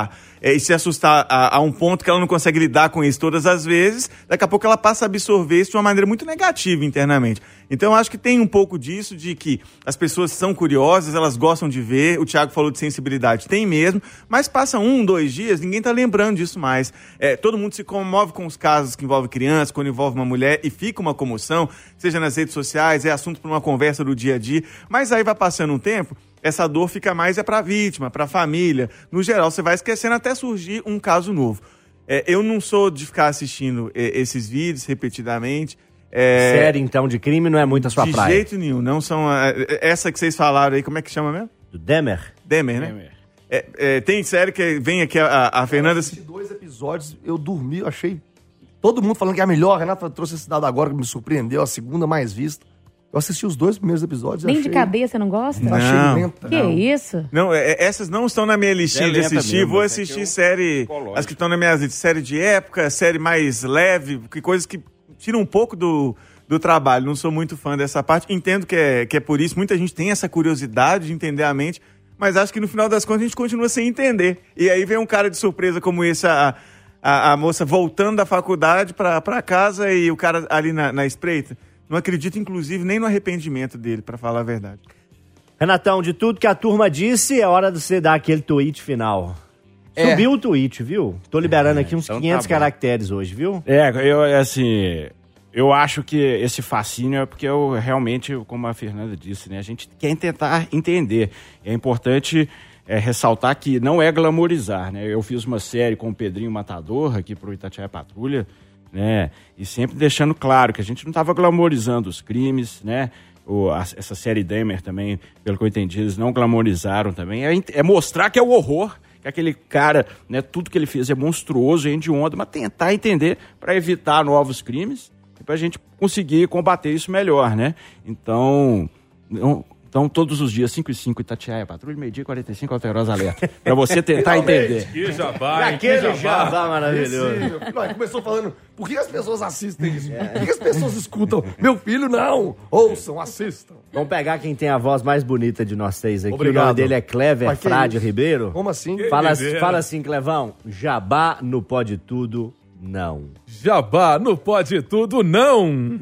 é, e se assustar a, a um ponto que ela não consegue lidar com isso todas as vezes, daqui a pouco ela passa a absorver isso de uma maneira muito negativa internamente. Então eu acho que tem um pouco disso, de que as pessoas são curiosas, elas gostam de ver, o Thiago falou de sensibilidade, tem mesmo, mas passa um, dois dias, ninguém tá lembrando disso mais. É, todo mundo se comove com os casos que envolvem crianças, quando envolve uma mulher, e fica uma comoção, seja nas redes sociais, é assunto para uma conversa do dia a dia, mas aí vai passando um tempo, essa dor fica mais é para a vítima, para a família. No geral, você vai esquecendo até surgir um caso novo. É, eu não sou de ficar assistindo é, esses vídeos repetidamente. É,
série, então, de crime não é muito a sua
de
praia?
De jeito nenhum. Não são a, essa que vocês falaram aí, como é que chama mesmo?
Do Dahmer.
Dahmer, né? Dahmer. É, é, tem série que vem aqui, a, a Fernanda...
Eu assisti dois episódios, eu dormi, eu achei... Todo mundo falando que é a melhor, a Renata trouxe esse dado agora que me surpreendeu, a segunda mais vista. Eu assisti os dois primeiros episódios.
Nem
achei...
de cabeça, não gosta?
Não.
Achei lenta.
Que
não.
isso?
Não, é, essas não estão na minha listinha
É
de assistir.
mesmo,
Vou
é
assistir
eu...
série...
Cológico.
As que estão na minha lista. Série de época, série mais leve, que coisas que tiram um pouco do, do trabalho. Não sou muito fã dessa parte. Entendo que é, que é por isso. Muita gente tem essa curiosidade de entender a mente, mas acho que no final das contas a gente continua sem entender. E aí vem um cara de surpresa como esse, a, a, a moça voltando da faculdade pra, pra casa e o cara ali na, na espreita. Não acredito, inclusive, nem no arrependimento dele, pra falar a verdade.
Renatão, de tudo que a turma disse, é hora de você dar aquele tweet final.
É.
Subiu o tweet, viu? Tô liberando
É,
aqui uns
então
quinhentos
tá bom.
caracteres hoje, viu?
É, eu, assim, eu acho que esse fascínio é porque eu realmente, como a Fernanda disse, né, a gente quer tentar entender. É importante é, ressaltar que não é glamorizar, né? Eu fiz uma série com o Pedrinho Matador aqui pro Itatiaia Patrulha, né? E sempre deixando claro que a gente não estava glamorizando os crimes, né? O, a, essa série Dahmer também, pelo que eu entendi, eles não glamorizaram também. É, é mostrar que é o horror, que aquele cara, né? Tudo que ele fez é monstruoso, é hediondo, mas tentar entender para evitar novos crimes e para a gente conseguir combater isso melhor, né? Então, não, então todos os dias, cinco e cinco, Itatiaia Patrulha, meio-dia e quarenta e cinco, Alterosa Alerta. Para você tentar entender.
Que jabá, hein?
Aquele
Que
jabá,
jabá.
maravilhoso.
Sim, meu filho, olha, começou falando, por que as pessoas assistem isso? Por que as pessoas escutam? Meu filho, não! Ouçam, assistam.
Vamos pegar quem tem a voz mais bonita de nós três aqui.
Obrigado.
O nome dele é Clever
Mas que
Frade
isso?
Ribeiro.
Como assim?
Fala,
Ribeiro.
fala assim, Clevão. Jabá no Pode Tudo, não.
Jabá, não pode tudo, não!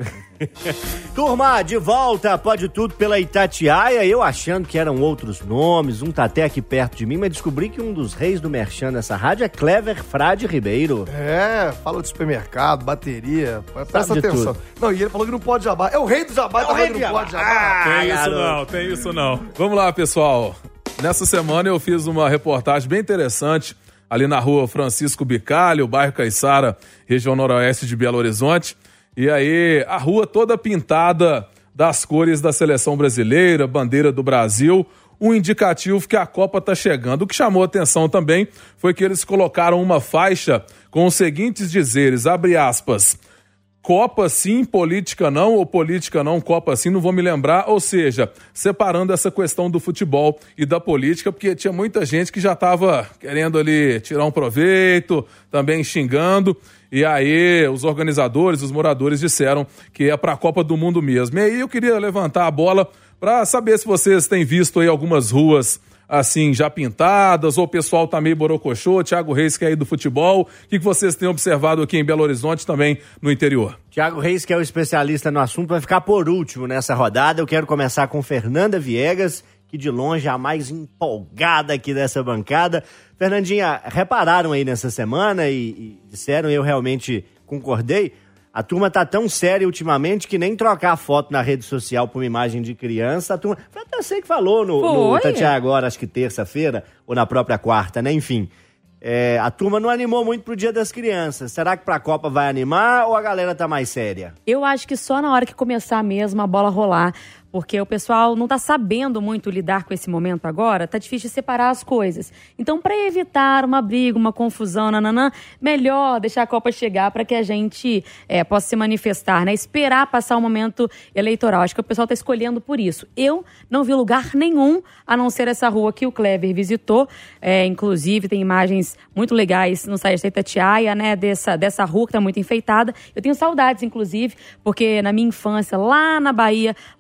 Turma, de volta, Pode Tudo pela Itatiaia. Eu achando que eram outros nomes, um tá até aqui perto de mim, mas descobri que um dos reis do merchan nessa rádio é Clever Frade Ribeiro.
É, fala de supermercado, bateria, presta
Sabe de
atenção.
tudo.
Não, e ele falou que não pode jabá. É o rei do jabá,
É o
tá
rei
falando
do
que não
jabá.
pode jabá.
Tem isso
garoto.
não, tem isso não. Vamos lá, pessoal. Nessa semana eu fiz uma reportagem bem interessante ali na rua Francisco Bicalho, bairro Caiçara, região noroeste de Belo Horizonte. E aí, a rua toda pintada das cores da seleção brasileira, bandeira do Brasil, um indicativo que a Copa tá chegando. O que chamou a atenção também foi que eles colocaram uma faixa com os seguintes dizeres, abre aspas, Copa sim, política não, ou política não, Copa sim, não vou me lembrar. Ou seja, separando essa questão do futebol e da política, porque tinha muita gente que já estava querendo ali tirar um proveito, também xingando. E aí os organizadores, os moradores disseram que é para a Copa do Mundo mesmo. E aí eu queria levantar a bola para saber se vocês têm visto aí algumas ruas assim, já pintadas, ou o pessoal tá meio borocochô, Thiago Reis que é aí do futebol. O que, que vocês têm observado aqui em Belo Horizonte também no interior?
Tiago Reis, que é o especialista no assunto, vai ficar por último nessa rodada. Eu quero começar com Fernanda Viegas, que de longe é a mais empolgada aqui dessa bancada. Fernandinha, repararam aí nessa semana e, e disseram, eu realmente concordei, a turma tá tão séria ultimamente que nem trocar foto na rede social por uma imagem de criança, a turma... Foi até você que falou no, no Itatiaia agora, acho que terça-feira, ou na própria quarta, né? Enfim, é, a turma não animou muito pro Dia das Crianças. Será que pra Copa vai animar ou a galera tá mais séria?
Eu acho que só na hora que começar mesmo a bola rolar, porque o pessoal não tá sabendo muito lidar com esse momento agora, tá difícil de separar as coisas. Então, para evitar uma briga, uma confusão, nananã, melhor deixar a Copa chegar para que a gente é, possa se manifestar, né? Esperar passar o momento eleitoral. Acho que o pessoal tá escolhendo por isso. Eu não vi lugar nenhum, a não ser essa rua que o Clever visitou. É, inclusive, tem imagens muito legais no site da Itatiaia, né? Dessa, dessa rua que tá muito enfeitada. Eu tenho saudades, inclusive, porque na minha infância, lá na Bahia, lá em Itabaí,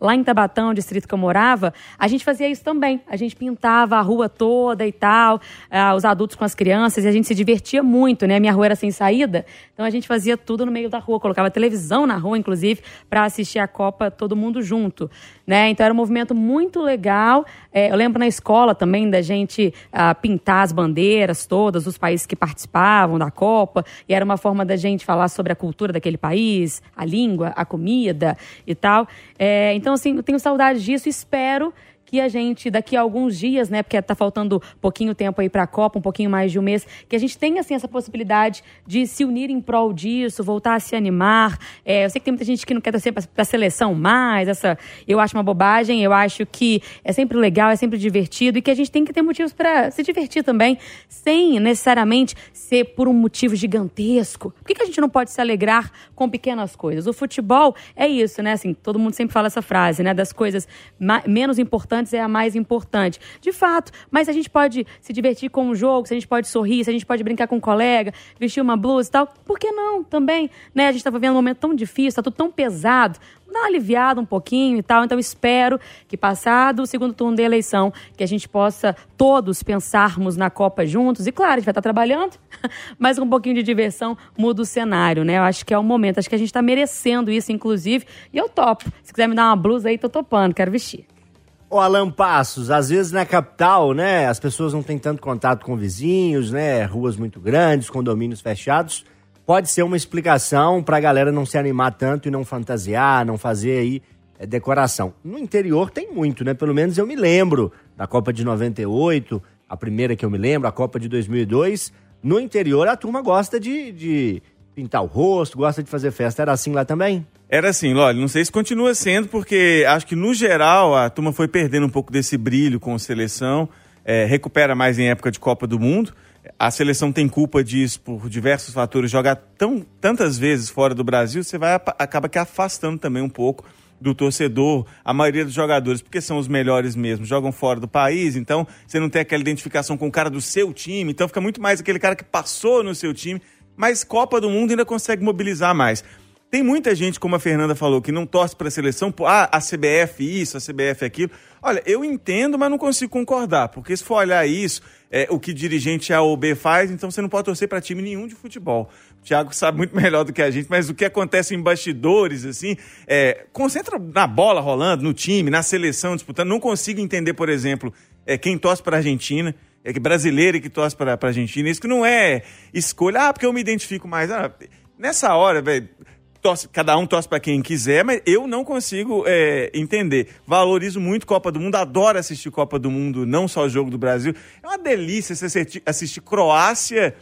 Jabatão, distrito que eu morava, a gente fazia isso também. A gente pintava a rua toda e tal, uh, os adultos com as crianças, e a gente se divertia muito, né? Minha rua era sem saída, então a gente fazia tudo no meio da rua, colocava televisão na rua, inclusive, para assistir a Copa todo mundo junto, né? Então era um movimento muito legal. É, eu lembro na escola também da gente uh, pintar as bandeiras todas dos países que participavam da Copa, e era uma forma da gente falar sobre a cultura daquele país, a língua, a comida e tal. É, então, assim, eu tenho saudade disso e espero que a gente, daqui a alguns dias, né, porque tá faltando pouquinho tempo aí pra Copa, um pouquinho mais de um mês, que a gente tenha, assim, essa possibilidade de se unir em prol disso, voltar a se animar. É, eu sei que tem muita gente que não quer torcer pra, pra seleção mais, essa, eu acho uma bobagem, eu acho que é sempre legal, é sempre divertido e que a gente tem que ter motivos pra se divertir também, sem necessariamente ser por um motivo gigantesco. Por que que a gente não pode se alegrar com pequenas coisas? O futebol é isso, né, assim, todo mundo sempre fala essa frase, né, das coisas ma- menos importantes é a mais importante. De fato, mas a gente pode se divertir com o jogo, se a gente pode sorrir, se a gente pode brincar com um colega, vestir uma blusa e tal, por que não também? Né? A gente está vivendo um momento tão difícil, está tudo tão pesado, dá uma aliviada um pouquinho e tal, então espero que passado o segundo turno da eleição, que a gente possa todos pensarmos na Copa juntos, e claro, a gente vai estar trabalhando, mas um pouquinho de diversão muda o cenário, né? Eu acho que é o momento, acho que a gente está merecendo isso, inclusive, e eu topo. Se quiser me dar uma blusa aí, tô topando, quero vestir.
Ô, Alan Passos, às vezes na capital, né, as pessoas não têm tanto contato com vizinhos, né, ruas muito grandes, condomínios fechados. Pode ser uma explicação pra galera não se animar tanto e não fantasiar, não fazer aí é, decoração. No interior tem muito, né, pelo menos eu me lembro da Copa de noventa e oito, a primeira que eu me lembro, a Copa de dois mil e dois. No interior a turma gosta de, de pintar o rosto, gosta de fazer festa. Era assim lá também?
Era assim, Loli, não sei se continua sendo, porque acho que no geral a turma foi perdendo um pouco desse brilho com a seleção, é, recupera mais em época de Copa do Mundo. A seleção tem culpa disso por diversos fatores, jogar tão, tantas vezes fora do Brasil, você vai acaba que afastando também um pouco do torcedor, a maioria dos jogadores, porque são os melhores mesmo, jogam fora do país, então você não tem aquela identificação com o cara do seu time, então fica muito mais aquele cara que passou no seu time, mas Copa do Mundo ainda consegue mobilizar mais. Tem muita gente, como a Fernanda falou, que não torce para a seleção, ah, a C B F isso, a C B F aquilo. Olha, eu entendo, mas não consigo concordar, porque se for olhar isso, é, o que dirigente A ou B faz, então você não pode torcer para time nenhum de futebol. O Thiago sabe muito melhor do que a gente, mas o que acontece em bastidores, assim, é, concentra na bola rolando, no time, na seleção disputando. Não consigo entender, por exemplo, é, quem torce para a Argentina, é que brasileiro que torce para a Argentina. Isso que não é escolha, ah, porque eu me identifico mais. Ah, nessa hora, velho, torce, cada um torce para quem quiser, mas eu não consigo é, entender. Valorizo muito Copa do Mundo, adoro assistir Copa do Mundo, não só o jogo do Brasil. É uma delícia você assistir, assistir Croácia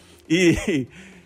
e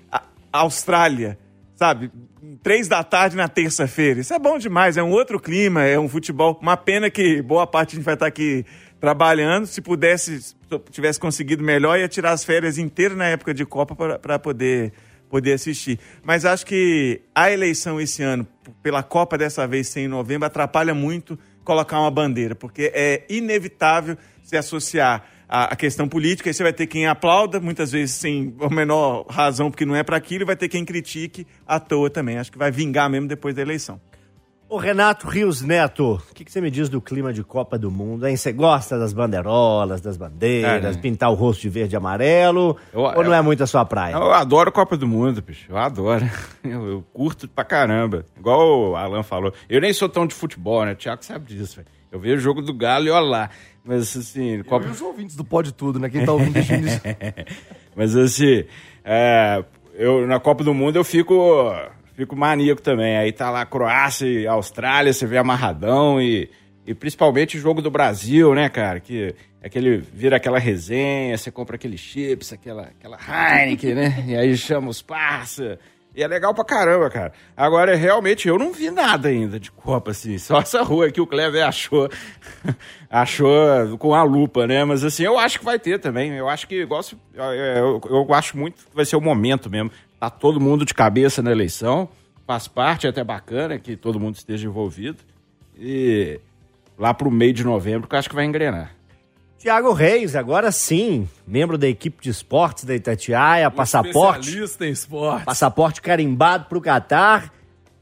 Austrália, sabe? Três da tarde na terça-feira. Isso é bom demais, é um outro clima, é um futebol. Uma pena que boa parte a gente vai estar aqui trabalhando. Se pudesse, se tivesse conseguido melhor, ia tirar as férias inteiras na época de Copa para poder... poder assistir. Mas acho que a eleição esse ano, pela Copa dessa vez ser em novembro, atrapalha muito colocar uma bandeira, porque é inevitável se associar à questão política, e você vai ter quem aplauda, muitas vezes sem a menor razão, porque não é para aquilo, e vai ter quem critique à toa também. Acho que vai vingar mesmo depois da eleição.
Ô Renato Rios Neto, o que, que você me diz do clima de Copa do Mundo, hein? Você gosta das bandeirolas, das bandeiras, é, pintar o rosto de verde e amarelo, eu, ou não eu, é muito a sua praia?
Eu adoro Copa do Mundo, bicho, eu adoro. Eu, eu curto pra caramba. Igual o Alan falou, eu nem sou tão de futebol, né? O Thiago sabe disso, velho. Eu vejo o jogo do Galo e olha lá. Mas assim...
Eu
Copa...
e os ouvintes do Pode Tudo, né? Quem tá ouvindo deixa isso.
Mas assim, é, eu, na Copa do Mundo eu fico... Fico maníaco também. Aí tá lá Croácia e Austrália, você vê amarradão e, e principalmente o jogo do Brasil, né, cara? Que aquele, vira aquela resenha, você compra aquele chips, aquela, aquela Heineken, né? E aí chama os parça. E é legal pra caramba, cara. Agora, realmente, eu não vi nada ainda de Copa, assim. Só essa rua que o Clever achou, achou com a lupa, né? Mas, assim, eu acho que vai ter também. Eu acho que, igual, eu, eu acho muito que vai ser o momento mesmo. Tá todo mundo de cabeça na eleição, faz parte, é até bacana que todo mundo esteja envolvido. E lá pro meio de novembro, que eu acho que vai engrenar.
Tiago Reis, agora sim, membro da equipe de esportes da Itatiaia, um passaporte...
especialista em esportes.
Passaporte carimbado pro Catar.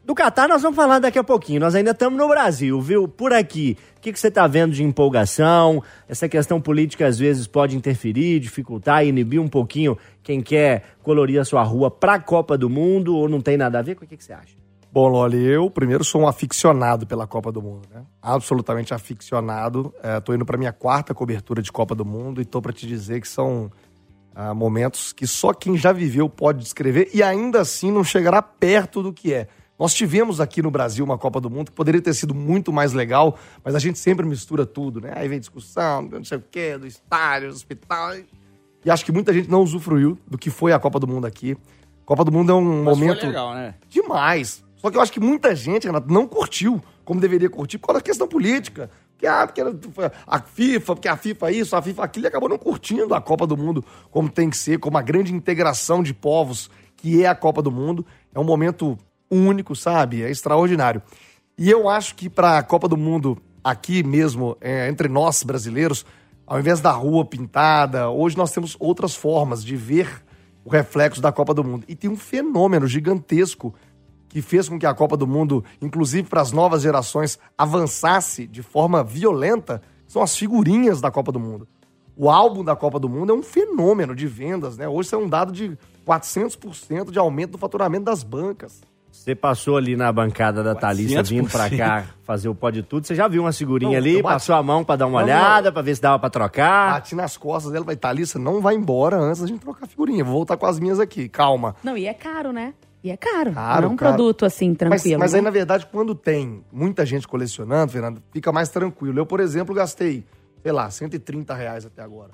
Do Catar nós vamos falar daqui a pouquinho, nós ainda estamos no Brasil, viu? Por aqui, o que, que você está vendo de empolgação? Essa questão política às vezes pode interferir, dificultar, inibir um pouquinho quem quer colorir a sua rua para a Copa do Mundo, ou não tem nada a ver? O que, que você acha?
Bom, Loli, eu primeiro sou um aficionado pela Copa do Mundo, né? Absolutamente aficionado. Estou indo para minha quarta cobertura de Copa do Mundo e estou para te dizer que são ah, momentos que só quem já viveu pode descrever e ainda assim não chegará perto do que é. Nós tivemos aqui no Brasil uma Copa do Mundo que poderia ter sido muito mais legal, mas a gente sempre mistura tudo, né? Aí vem discussão, não sei o quê, do estádio, do hospital. E acho que muita gente não usufruiu do que foi a Copa do Mundo aqui. Copa do Mundo é um mas momento...
Foi legal, né?
Demais. Só que eu acho que muita gente, Renato, não curtiu como deveria curtir por causa da questão política. Porque, ah, porque era a FIFA, porque a FIFA isso, a FIFA aquilo, e acabou não curtindo a Copa do Mundo como tem que ser, como a grande integração de povos que é a Copa do Mundo. É um momento único, sabe? É extraordinário. E eu acho que para a Copa do Mundo, aqui mesmo, é, entre nós brasileiros, ao invés da rua pintada, hoje nós temos outras formas de ver o reflexo da Copa do Mundo. E tem um fenômeno gigantesco que fez com que a Copa do Mundo, inclusive para as novas gerações, avançasse de forma violenta, são as figurinhas da Copa do Mundo. O álbum da Copa do Mundo é um fenômeno de vendas, né? Hoje isso é um dado de quatrocentos por cento de aumento do faturamento das bancas.
Você passou ali na bancada da Thalissa vindo pra cá fazer o Pode Tudo. Você já viu uma figurinha não, ali, bati... passou a mão pra dar uma não, olhada, não. pra ver se dava pra trocar.
Bati nas costas dela, vai, Thalissa, não vai embora antes da gente trocar a figurinha. Vou voltar com as minhas aqui, calma.
Não, e é caro, né? E é caro.
Caro,
não é um
caro.
produto assim, tranquilo.
Mas, mas
né?
aí, na verdade, quando tem muita gente colecionando, Fernando, fica mais tranquilo. Eu, por exemplo, gastei, sei lá, cento e trinta reais até agora.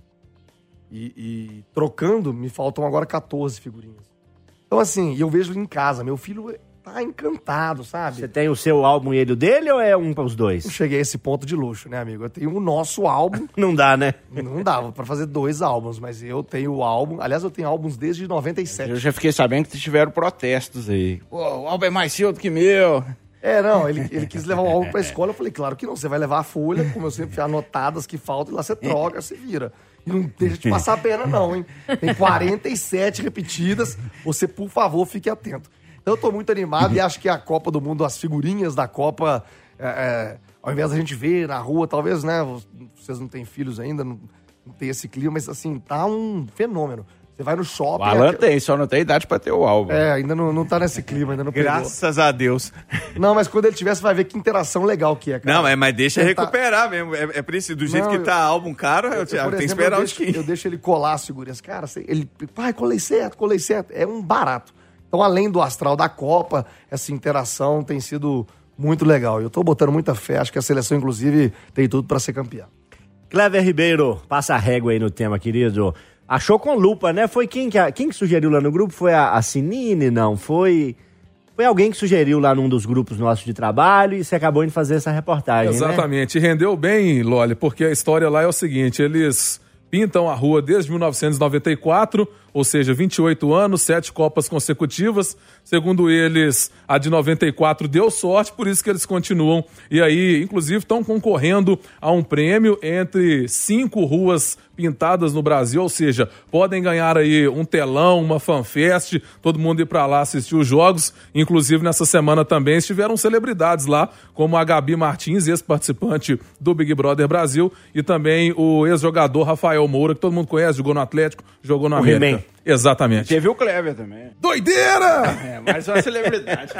E, e trocando, me faltam agora quatorze figurinhas. Então, assim, eu vejo em casa, meu filho tá encantado, sabe?
Você tem o seu álbum e ele o dele ou é um para os dois?
Não cheguei a esse ponto de luxo, né, amigo? Eu tenho o nosso álbum.
Não dá, né?
Não dava pra fazer dois álbuns, mas eu tenho o álbum. Aliás, eu tenho álbuns desde noventa e sete.
Eu já fiquei sabendo que tiveram protestos aí. Pô, o álbum é mais seu do que meu.
É, não, ele, ele quis levar o álbum pra escola. Eu falei, claro que não, você vai levar a folha, como eu sempre anotadas que faltam, e lá você troca, você vira. E não deixa de passar a pena, não, hein? Tem quarenta e sete repetidas. Você, por favor, fique atento. Então, eu tô muito animado e acho que a Copa do Mundo, as figurinhas da Copa, é, é, ao invés da gente ver na rua, talvez, né? Vocês não têm filhos ainda, não, não tem esse clima, mas assim, tá um fenômeno. Você vai no shopping...
O Alan tem, só não tem idade pra ter o álbum.
É, ainda não, não tá nesse clima, ainda não pegou.
Graças a Deus.
Não, mas quando ele tiver, você vai ver que interação legal que é, cara.
Não, é, mas deixa ele recuperar tá... mesmo. É, é preciso. Do jeito não, que tá eu... álbum caro, eu, eu, Thiago, tem que esperar
eu
um
deixo, eu deixo ele colar as figurinhas. Cara, ele... Pai, colei certo, colei certo. É um barato. Então, além do astral da Copa, essa interação tem sido muito legal. Eu tô botando muita fé, acho que a seleção, inclusive, tem tudo pra ser campeã.
Clever Ribeiro, passa a régua aí no tema, querido. Achou com lupa, né? Foi quem que, quem que sugeriu lá no grupo? Foi a, a Sinine? Não, foi... Foi alguém que sugeriu lá num dos grupos nossos de trabalho e você acabou de fazer essa reportagem,
Exatamente.
Né?
E rendeu bem, Loli, porque a história lá é o seguinte, eles pintam a rua desde mil novecentos e noventa e quatro, ou seja, vinte e oito anos, sete Copas consecutivas. Segundo eles, a de noventa e quatro deu sorte, por isso que eles continuam. E aí, inclusive, estão concorrendo a um prêmio entre cinco ruas pintadas no Brasil, ou seja, podem ganhar aí um telão, uma fanfest, todo mundo ir para lá assistir os jogos. Inclusive, nessa semana também estiveram celebridades lá, como a Gabi Martins, ex-participante do Big Brother Brasil, e também o ex-jogador Rafael Moura, que todo mundo conhece, jogou no Atlético, jogou no
o
América.
He-Man.
Exatamente.
Teve o Kleber também.
Doideira!
É, mais uma celebridade.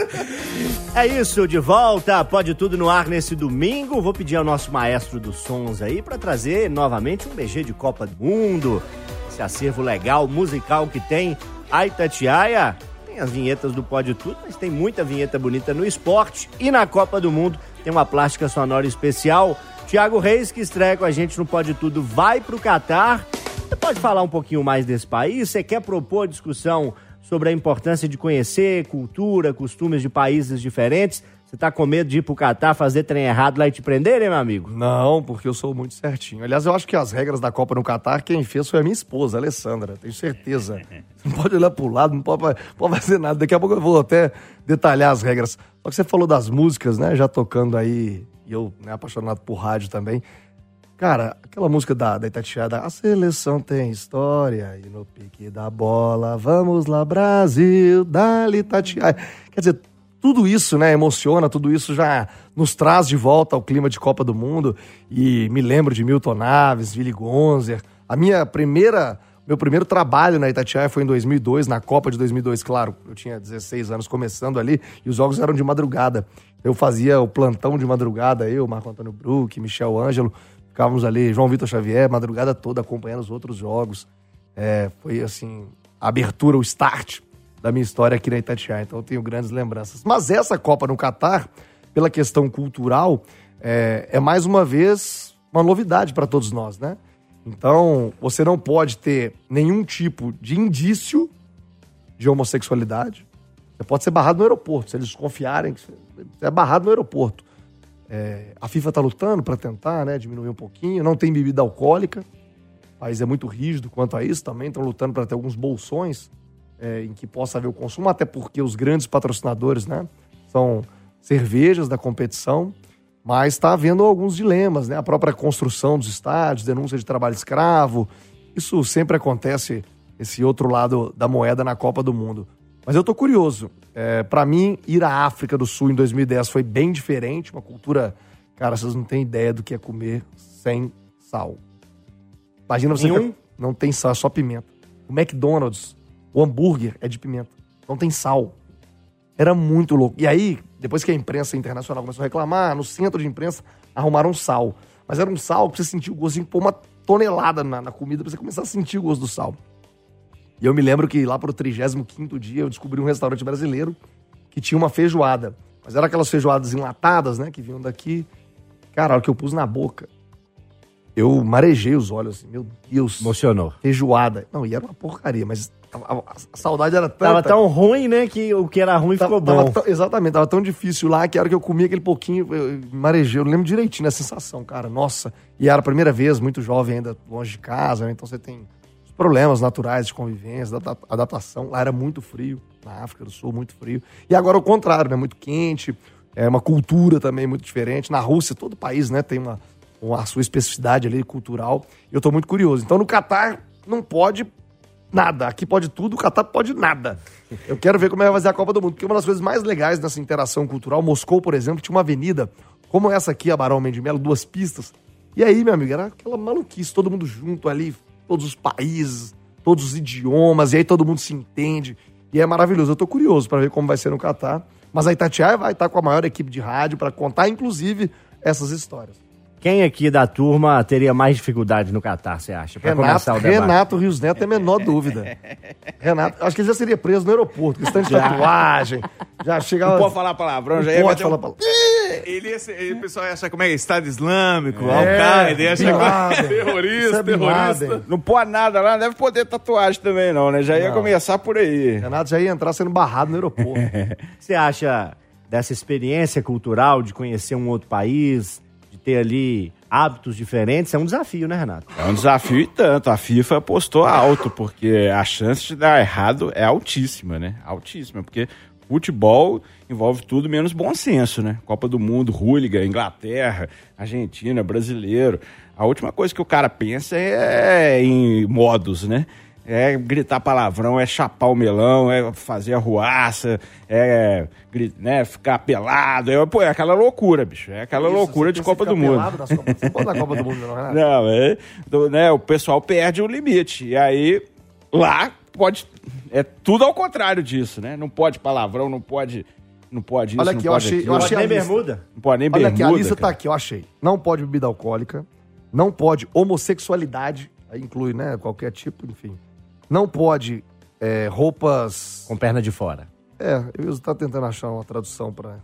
É isso, de volta, Pode Tudo no ar nesse domingo. Vou pedir ao nosso maestro dos sons aí pra trazer novamente um B G de Copa do Mundo. Esse acervo legal, musical que tem a Itatiaia. Tem as vinhetas do Pode Tudo, mas tem muita vinheta bonita no esporte. E na Copa do Mundo tem uma plástica sonora especial. Thiago Reis, que estreia com a gente no Pode Tudo, vai pro Catar. Você pode falar um pouquinho mais desse país? Você quer propor discussão sobre a importância de conhecer cultura, costumes de países diferentes? Você tá com medo de ir pro Catar, fazer trem errado lá e te prender, hein, meu amigo?
Não, porque eu sou muito certinho. Aliás, eu acho que as regras da Copa no Catar, quem fez foi a minha esposa, a Alessandra. Tenho certeza. Você não pode olhar pro lado, não pode, pode fazer nada. Daqui a pouco eu vou até detalhar as regras. Só que você falou das músicas, né? Já tocando aí, e eu, né, apaixonado por rádio também. Cara, aquela música da, da Itatiaia, a seleção tem história e no pique da bola, vamos lá Brasil, dá-lhe Itatiaia. Quer dizer, tudo isso, né, emociona, tudo isso já nos traz de volta ao clima de Copa do Mundo. E me lembro de Milton Naves, Willy Gonzer. A minha primeira, meu primeiro trabalho na Itatiaia foi em dois mil e dois, na Copa de dois mil e dois, claro. Eu tinha dezesseis anos começando ali e os jogos eram de madrugada. Eu fazia o plantão de madrugada, eu, Marco Antônio Bruck, Michel Ângelo, ficávamos ali, João Vitor Xavier, madrugada toda acompanhando os outros jogos. É, foi assim, a abertura, o start da minha história aqui na Itatiaia, então eu tenho grandes lembranças. Mas essa Copa no Catar, pela questão cultural, é, é mais uma vez uma novidade para todos nós, né? Então, você não pode ter nenhum tipo de indício de homossexualidade. Você pode ser barrado no aeroporto, se eles desconfiarem que você é barrado no aeroporto. É, a FIFA está lutando para tentar, né, diminuir um pouquinho, não tem bebida alcoólica, o país é muito rígido quanto a isso também, estão lutando para ter alguns bolsões É, em que possa haver o consumo, até porque os grandes patrocinadores, né, são cervejas da competição, mas está havendo alguns dilemas, né, a própria construção dos estádios, denúncia de trabalho escravo, isso sempre acontece, esse outro lado da moeda na Copa do Mundo. Mas eu tô curioso, é, para mim, ir à África do Sul em dois mil e dez foi bem diferente, uma cultura, cara, vocês não têm ideia do que é comer sem sal. Imagina você que não tem sal, é só pimenta. O McDonald's, o hambúrguer é de pimenta. Não tem sal. Era muito louco. E aí, depois que a imprensa internacional começou a reclamar, no centro de imprensa arrumaram sal. Mas era um sal que você sentia o gostinho, pôr uma tonelada na, na comida pra você começar a sentir o gosto do sal. E eu me lembro que lá pro trigésimo quinto dia eu descobri um restaurante brasileiro que tinha uma feijoada. Mas era aquelas feijoadas enlatadas, né, que vinham daqui. Cara, a hora que eu pus na boca, eu marejei os olhos, assim, meu Deus.
Emocionou.
Feijoada. Não, e era uma porcaria, mas a, a, a saudade era tanta.
Tava tão ruim, né, que o que era ruim
tava,
ficou bom.
Tava, exatamente, tava tão difícil lá que a hora que eu comi aquele pouquinho, eu marejei. Eu lembro direitinho da sensação, cara, nossa. E era a primeira vez, muito jovem ainda, longe de casa, né, então você tem os problemas naturais de convivência, da adaptação. Lá era muito frio, na África do Sul, muito frio. E agora o contrário, né, muito quente, é uma cultura também muito diferente. Na Rússia, todo país, né, tem uma... a sua especificidade ali cultural. Eu tô muito curioso. Então, no Catar, não pode nada. Aqui pode tudo, o Catar pode nada. Eu quero ver como é que vai fazer a Copa do Mundo. Porque uma das coisas mais legais dessa interação cultural, Moscou, por exemplo, tinha uma avenida, como essa aqui, a Barão Mendes de Melo, duas pistas. E aí, meu amigo, era aquela maluquice, todo mundo junto ali, todos os países, todos os idiomas, e aí todo mundo se entende. E é maravilhoso. Eu tô curioso para ver como vai ser no Catar. Mas a Itatiaia vai estar com a maior equipe de rádio para contar, inclusive, essas histórias.
Quem aqui da turma teria mais dificuldade no Catar, você acha? Pra
Renato,
começar o debate.
Renato Rios Neto é a menor dúvida. Renato, acho que ele já seria preso no aeroporto, questão de tatuagem. Já chegava.
Não pode falar palavrão, já
ia
ia
pode falar
um...
palavrão.
Ele ia ser, ele, o pessoal ia achar como é Estado Islâmico,
É,
Al-Qaeda, ia achar
Bin Laden.
terrorista,
Isso é Bin
terrorista.
Laden.
Não pode nada lá, não deve poder tatuagem também não, né? Já ia
Não.
começar por aí.
Renato já ia entrar sendo barrado no aeroporto.
O que você acha dessa experiência cultural de conhecer um outro país, de ter ali hábitos diferentes? É um desafio, né, Renato?
É um desafio e tanto. A FIFA apostou alto, porque a chance de dar errado é altíssima, né? Altíssima, porque futebol envolve tudo menos bom senso, né? Copa do Mundo, hooligan, Inglaterra, Argentina, brasileiro. A última coisa que o cara pensa é em modos, né? É gritar palavrão, é chapar o melão, é fazer arruaça, é, né, ficar pelado. É, pô, é aquela loucura, bicho. É aquela
Isso,
loucura
você
de Copa do
fica
Mundo.
pelado nas Copas- Você pode na Copa do Mundo, não, Renato?
Não, é, do- né, o pessoal perde o limite. E aí, lá, pode... É tudo ao contrário disso, né? Não pode palavrão, não pode... Não pode isso,
Olha
não
aqui, eu
pode
achei-
aquilo.
eu achei
Nem
a lista.
bermuda?
Não pode nem
Olha
bermuda,
aqui, a lista
cara.
tá aqui, eu achei. Não pode bebida alcoólica, não pode homossexualidade, aí inclui, né, qualquer tipo, enfim. Não pode é, roupas...
Com perna de fora.
É, eu estou tentando achar uma tradução pra...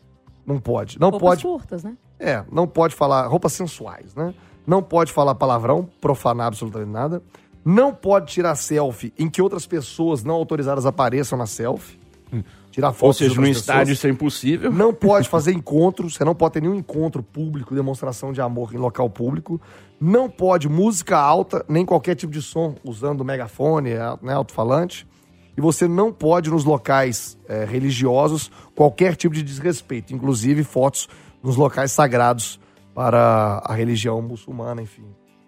Não pode. Não
Roupas
pode...
curtas, né?
É, não pode falar... Roupas sensuais, né? Não pode falar palavrão, profanar absolutamente nada. Não pode tirar selfie em que outras pessoas não autorizadas apareçam na selfie. Tirar fotos
Ou seja,
de
no
outras
estádio
pessoas.
isso é impossível.
Não pode fazer encontros, você não pode ter nenhum encontro público, demonstração de amor em local público. Não pode música alta, nem qualquer tipo de som usando megafone, né, alto-falante. E você não pode, nos locais é, religiosos, qualquer tipo de desrespeito, inclusive fotos nos locais sagrados para a religião muçulmana, enfim.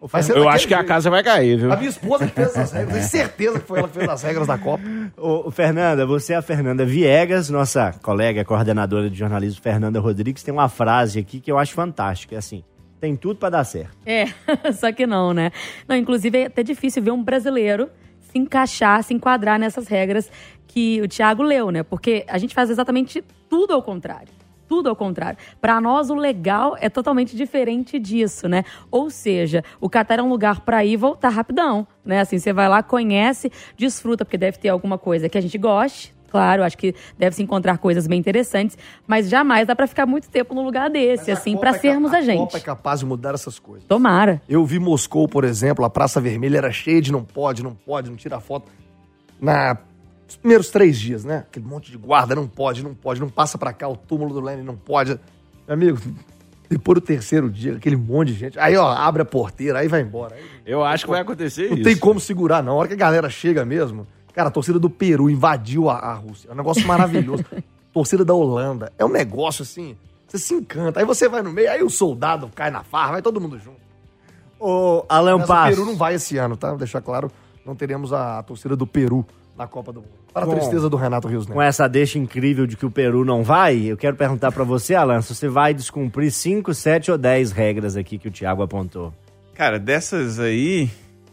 Mas
eu acho que a casa vai cair, viu?
A minha esposa que fez essas regras, tenho certeza que foi ela que fez as regras da Copa.
Ô, ô, Fernanda, você é a Fernanda Viegas, nossa colega, coordenadora de jornalismo, Fernanda Rodrigues, tem uma frase aqui que eu acho fantástica, é assim, tem tudo pra dar certo.
É, só que não, né? Não, inclusive é até difícil ver um brasileiro se encaixar, se enquadrar nessas regras que o Thiago leu, né? Porque a gente faz exatamente tudo ao contrário. Tudo ao contrário. Para nós, o legal é totalmente diferente disso, né? Ou seja, o Catar é um lugar para ir e voltar rapidão, né? Assim, você vai lá, conhece, desfruta, porque deve ter alguma coisa que a gente goste. Claro, acho que deve se encontrar coisas bem interessantes, mas jamais dá para ficar muito tempo num lugar desse, mas assim, para sermos
é
a, a gente.
A Copa é capaz de mudar essas coisas.
Tomara.
Eu vi Moscou, por exemplo, a Praça Vermelha era cheia de não pode, não pode, não tira foto. Na... Os primeiros três dias, né? Aquele monte de guarda, não pode, não pode, não passa pra cá, o túmulo do Lenin não pode. Meu amigo, depois do terceiro dia, aquele monte de gente, aí ó, abre a porteira, aí vai embora. Aí,
eu acho que vai acontecer
não
isso.
Não tem como segurar, não. A hora que a galera chega mesmo, cara, a torcida do Peru invadiu a, a Rússia. É um negócio maravilhoso. Torcida da Holanda, é um negócio assim, você se encanta. Aí você vai no meio, aí o soldado cai na farra, vai todo mundo junto.
Ô, Alan Passos.
O Peru não vai esse ano, tá? Vou deixar claro, não teremos a, a torcida do Peru na Copa do Mundo. Para a
Bom,
tristeza do Renato Rios Neto.
Com essa deixa incrível de que o Peru não vai, eu quero perguntar pra você, Alan, se você vai descumprir cinco, sete ou dez regras aqui que o Thiago apontou.
Cara, dessas aí,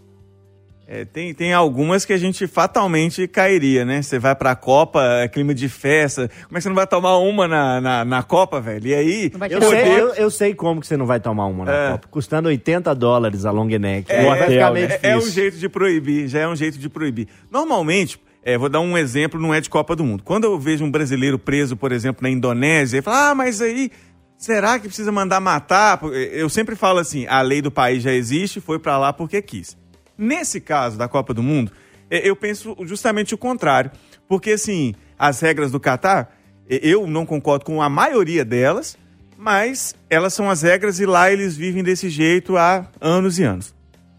é, tem, tem algumas que a gente fatalmente cairia, né? Você vai pra Copa, é clima de festa, como é que você não vai tomar uma na, na, na Copa, velho? E aí...
Eu sei, eu, eu sei como que você não vai tomar uma na
É.
Copa. Custando oitenta dólares a long neck.
É,
vai ficar meio
é,
difícil.
é um jeito de proibir, já é um jeito de proibir. Normalmente, é, vou dar um exemplo, não é de Copa do Mundo. Quando eu vejo um brasileiro preso, por exemplo, na Indonésia, ele fala, ah, mas aí, será que precisa mandar matar? Eu sempre falo assim, a lei do país já existe, foi pra lá porque quis. Nesse caso da Copa do Mundo, eu penso justamente o contrário. Porque, assim, as regras do Catar, eu não concordo com a maioria delas, mas elas são as regras e lá eles vivem desse jeito há anos e anos.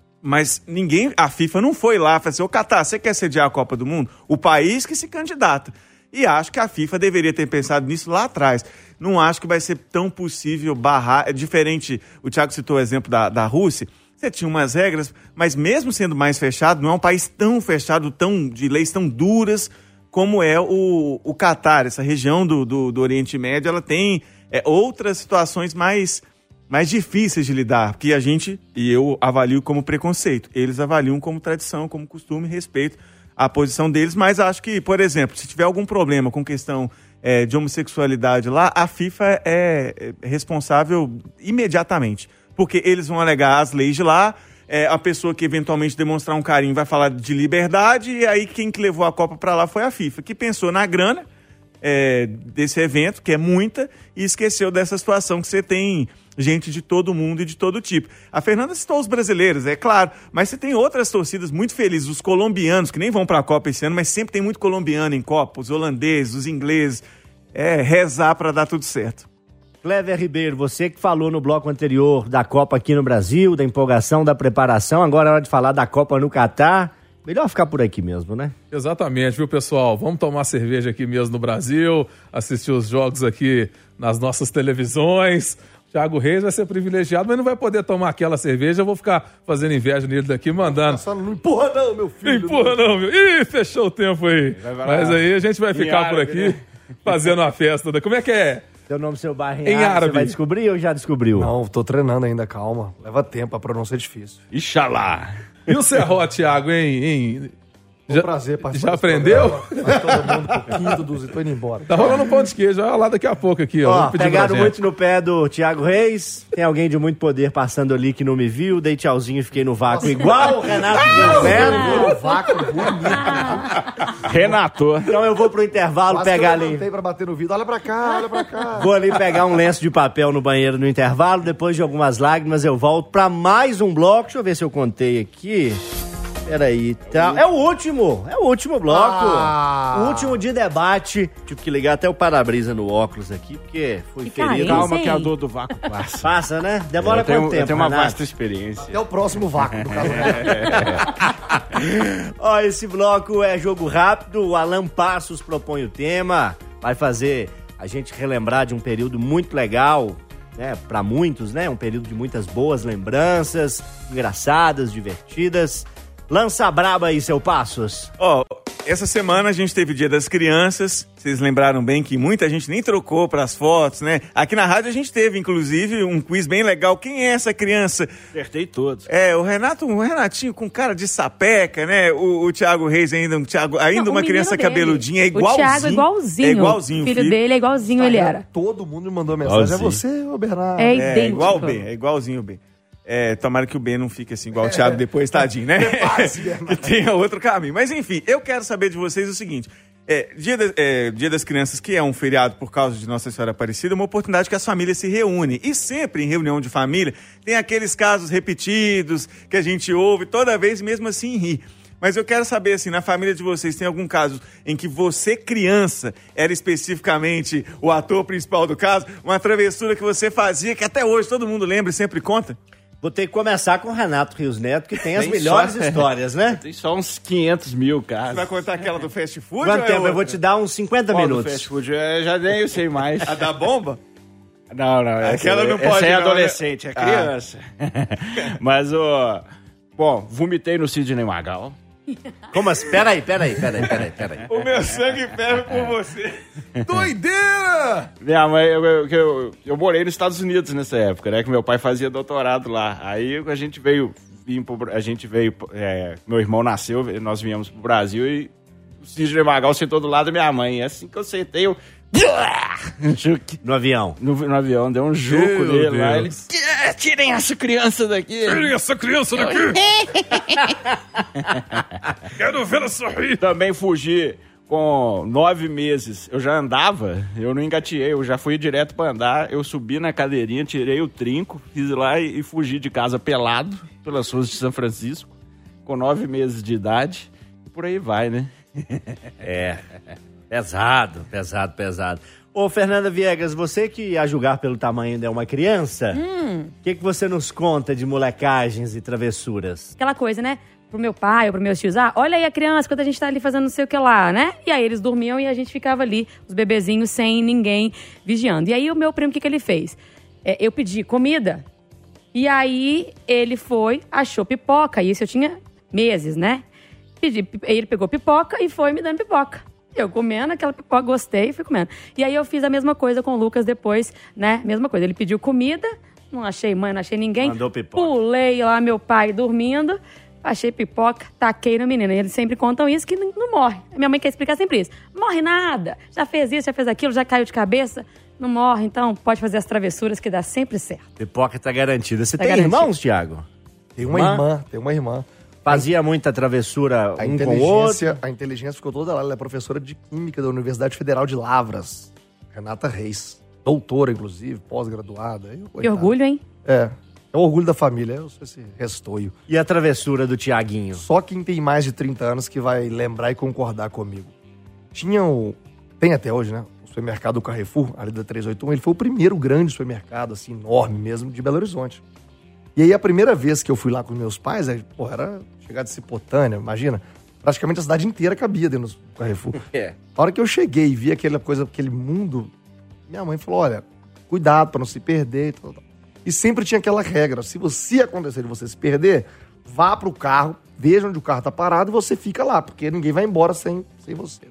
Mas ninguém, a FIFA não foi lá e falou assim, ô Catar, você quer sediar a Copa do Mundo? O país que se candidata. E acho que a FIFA deveria ter pensado nisso lá atrás. Não acho que vai ser tão possível barrar. É diferente, o Thiago citou o exemplo da, da Rússia. Você tinha umas regras, mas mesmo sendo mais fechado, não é um país tão fechado, tão, de leis tão duras como é o, o Catar. Essa região do, do, do Oriente Médio, ela tem é, outras situações mais... mais difíceis de lidar, que a gente, e eu avalio como preconceito, eles avaliam como tradição, como costume, respeito à posição deles, mas acho que, por exemplo, se tiver algum problema com questão é, de homossexualidade lá, a FIFA é, é responsável imediatamente, porque eles vão alegar as leis de lá, é, a pessoa que eventualmente demonstrar um carinho vai falar de liberdade, e aí quem que levou a Copa para lá foi a FIFA, que pensou na grana, É, desse evento, que é muita, e esqueceu dessa situação que você tem gente de todo mundo e de todo tipo. A Fernanda citou os brasileiros, é claro, mas você tem outras torcidas muito felizes, os colombianos, que nem vão para a Copa esse ano, mas sempre tem muito colombiano em Copa, os holandeses, os ingleses, é rezar para dar tudo certo.
Cléver Ribeiro, você que falou no bloco anterior da Copa aqui no Brasil, da empolgação, da preparação, agora é hora de falar da Copa no Catar. Melhor ficar por aqui mesmo, né?
Exatamente, viu, pessoal? Vamos tomar cerveja aqui mesmo no Brasil, assistir os jogos aqui nas nossas televisões. Thiago Reis vai ser privilegiado, mas não vai poder tomar aquela cerveja. Eu vou ficar fazendo inveja nele daqui, mandando.
Só não empurra não, meu filho.
Empurra não, meu. Ih, fechou o tempo aí. Mas aí a gente vai ficar por aqui, fazendo a festa. Como é que é?
Seu nome, seu bairro
em árabe.
Você vai descobrir ou já descobriu?
Não, tô treinando ainda, calma. Leva tempo, a pronúncia é difícil.
Ixalá.
E o Serrote, Thiago, hein? hein?
Um
Já,
prazer participar.
Já aprendeu?
Vai todo mundo pro quinto dos e tô indo embora.
Tá rolando um pão de queijo, olha lá daqui a pouco aqui, ó.
Ó,
Vamos pedir pra
pegaram
gente.
muito no pé do Thiago Reis. Tem alguém de muito poder passando ali que não me viu. Dei tchauzinho e fiquei no vácuo igual o Renato Gilberto.
No vácuo bonito.
Renato.
Então eu vou pro intervalo
Quase
pegar
que eu
ali.
levantei pra bater no vidro. Olha pra cá, olha pra cá.
Vou ali pegar um lenço de papel no banheiro no intervalo. Depois de algumas lágrimas eu volto pra mais um bloco. Deixa eu ver se eu contei aqui. Peraí, tá. É o último, é o último bloco.
Ah.
O último de debate. Tive que ligar até o para-brisa no óculos aqui, porque foi
Que
ferido.
carência,
Calma
hein?
que a dor do vácuo passa.
Passa, né? Demora
eu tenho,
quanto tempo,
eu tenho uma
Renato?
vasta experiência.
Até o próximo vácuo, no caso.
Ó, esse bloco é jogo rápido. O Alan Passos propõe o tema. Vai fazer a gente relembrar de um período muito legal. né, para muitos, né, um período de muitas boas lembranças, engraçadas, divertidas. Lança a braba aí, seu Passos.
Ó, oh, essa semana a gente teve Dia das Crianças. Vocês lembraram bem que muita gente nem trocou pras fotos, né? Aqui na rádio a gente teve, inclusive, um quiz bem legal. Quem é essa criança?
Acertei todos.
É, o Renato, o Renatinho com cara de sapeca, né? O, o Thiago Reis ainda, um Thiago, ainda
Não,
uma criança
dele.
cabeludinha, é igualzinho.
O Thiago é igualzinho.
É igualzinho.
O filho, filho dele é igualzinho, ele era.
Todo mundo me mandou mensagem.
Igualzinho.
É você, ô Bernardo?
É
É
idêntico.
igual o B, é igualzinho o B. É, tomara que o B não fique assim igual o Thiago depois, tadinho, né? Que tenha outro caminho. Mas enfim, eu quero saber de vocês o seguinte. É, Dia, de, é, Dia das Crianças, que é um feriado por causa de Nossa Senhora Aparecida, é uma oportunidade que as famílias se reúnem. E sempre em reunião de família tem aqueles casos repetidos que a gente ouve toda vez, mesmo assim ri. Mas eu quero saber, assim, na família de vocês, tem algum caso em que você, criança, era especificamente o ator principal do caso? Uma travessura que você fazia, que até hoje todo mundo lembra e sempre conta?
Vou ter que começar com o Renato Rios Neto, que tem as
Tem
melhores
só-
histórias, né?
Tem só uns quinhentos mil, cara.
Você vai contar aquela do fast food?
Quanto
ou é
tempo? Eu
outra?
vou te dar uns cinquenta
Qual do
minutos.
fast food? Eu já nem eu sei mais.
A da bomba?
Não, não. Essa,
Aquela não
essa
pode,
é
não,
adolescente,
né?
é criança. Mas, ó... Bom, vomitei no Sidney Magal.
Como assim? Peraí, peraí, peraí, peraí, peraí.
O meu sangue ferve por você.
Doideira!
Minha mãe, eu, eu, eu, eu morei nos Estados Unidos nessa época, né? Que meu pai fazia doutorado lá. Aí a gente veio, vim pro, a gente veio, é, meu irmão nasceu, nós viemos pro Brasil e o Sidney Magal sentou do lado da minha mãe. E assim que eu sentei, eu...
No avião.
No, no avião, deu um juco
Meu
nele lá. Ele,
Deus.
"Que- tirem essa criança daqui.
Tirem essa criança daqui! Quero ver ela sorrir!
Também fugi com nove meses. Eu já andava, eu não engateei, eu já fui direto pra andar. Eu subi na cadeirinha, tirei o trinco, fiz lá e, e fugi de casa pelado pelas ruas de São Francisco, com nove meses de idade. E por aí vai, né?
É, pesado, pesado, pesado. Ô, Fernanda Viegas, você que, a julgar pelo tamanho ainda é uma criança, o que, que você nos conta de molecagens e travessuras?
Aquela coisa, né? Pro meu pai ou pro meus tios, ah, olha aí a criança, quando a gente tá ali fazendo não sei o que lá, né? E aí eles dormiam e a gente ficava ali, os bebezinhos, sem ninguém vigiando. E aí o meu primo, o que, que ele fez? É, eu pedi comida, e aí ele foi, achou pipoca, e isso eu tinha meses, né? Pedi, aí ele pegou pipoca e foi me dando pipoca. Eu comendo aquela pipoca, gostei e fui comendo. E aí eu fiz a mesma coisa com o Lucas depois, né? Mesma coisa, ele pediu comida, não achei mãe, não achei ninguém.
Mandou pipoca.
Pulei lá, meu pai dormindo, achei pipoca, taquei no menino. E eles sempre contam isso, que não, não morre. A minha mãe quer explicar sempre isso. Morre nada, já fez isso, já fez aquilo, já caiu de cabeça. Não morre, então pode fazer as travessuras que dá sempre certo.
Pipoca tá garantida. Você
Tá
tem
garantido.
irmãos, Thiago?
Tem uma
Irmã?
irmã, tem uma irmã.
Fazia muita travessura
A
um com o outro?
inteligência, a inteligência ficou toda lá. Ela é professora de Química da Universidade Federal de Lavras. Renata Reis. Doutora, inclusive, pós-graduada. Eu,
Que
coitado.
orgulho, hein?
É. É o orgulho da família. Eu sou esse restoio.
E a travessura do Tiaguinho?
Só quem tem mais de trinta anos que vai lembrar e concordar comigo. Tinha o... Tem até hoje, né? O supermercado Carrefour, ali da trezentos e oitenta e um. Ele foi o primeiro grande supermercado, assim, enorme mesmo, de Belo Horizonte. E aí, a primeira vez que eu fui lá com meus pais, aí, porra, era chegar de Cipotânea, imagina. Praticamente a cidade inteira cabia dentro do Carrefour.
É.
A hora que eu cheguei e vi aquela coisa, aquele mundo, minha mãe falou, olha, cuidado pra não se perder e tal, tal. E sempre tinha aquela regra, se você acontecer de você se perder, vá pro carro, veja onde o carro tá parado e você fica lá, porque ninguém vai embora sem, sem você.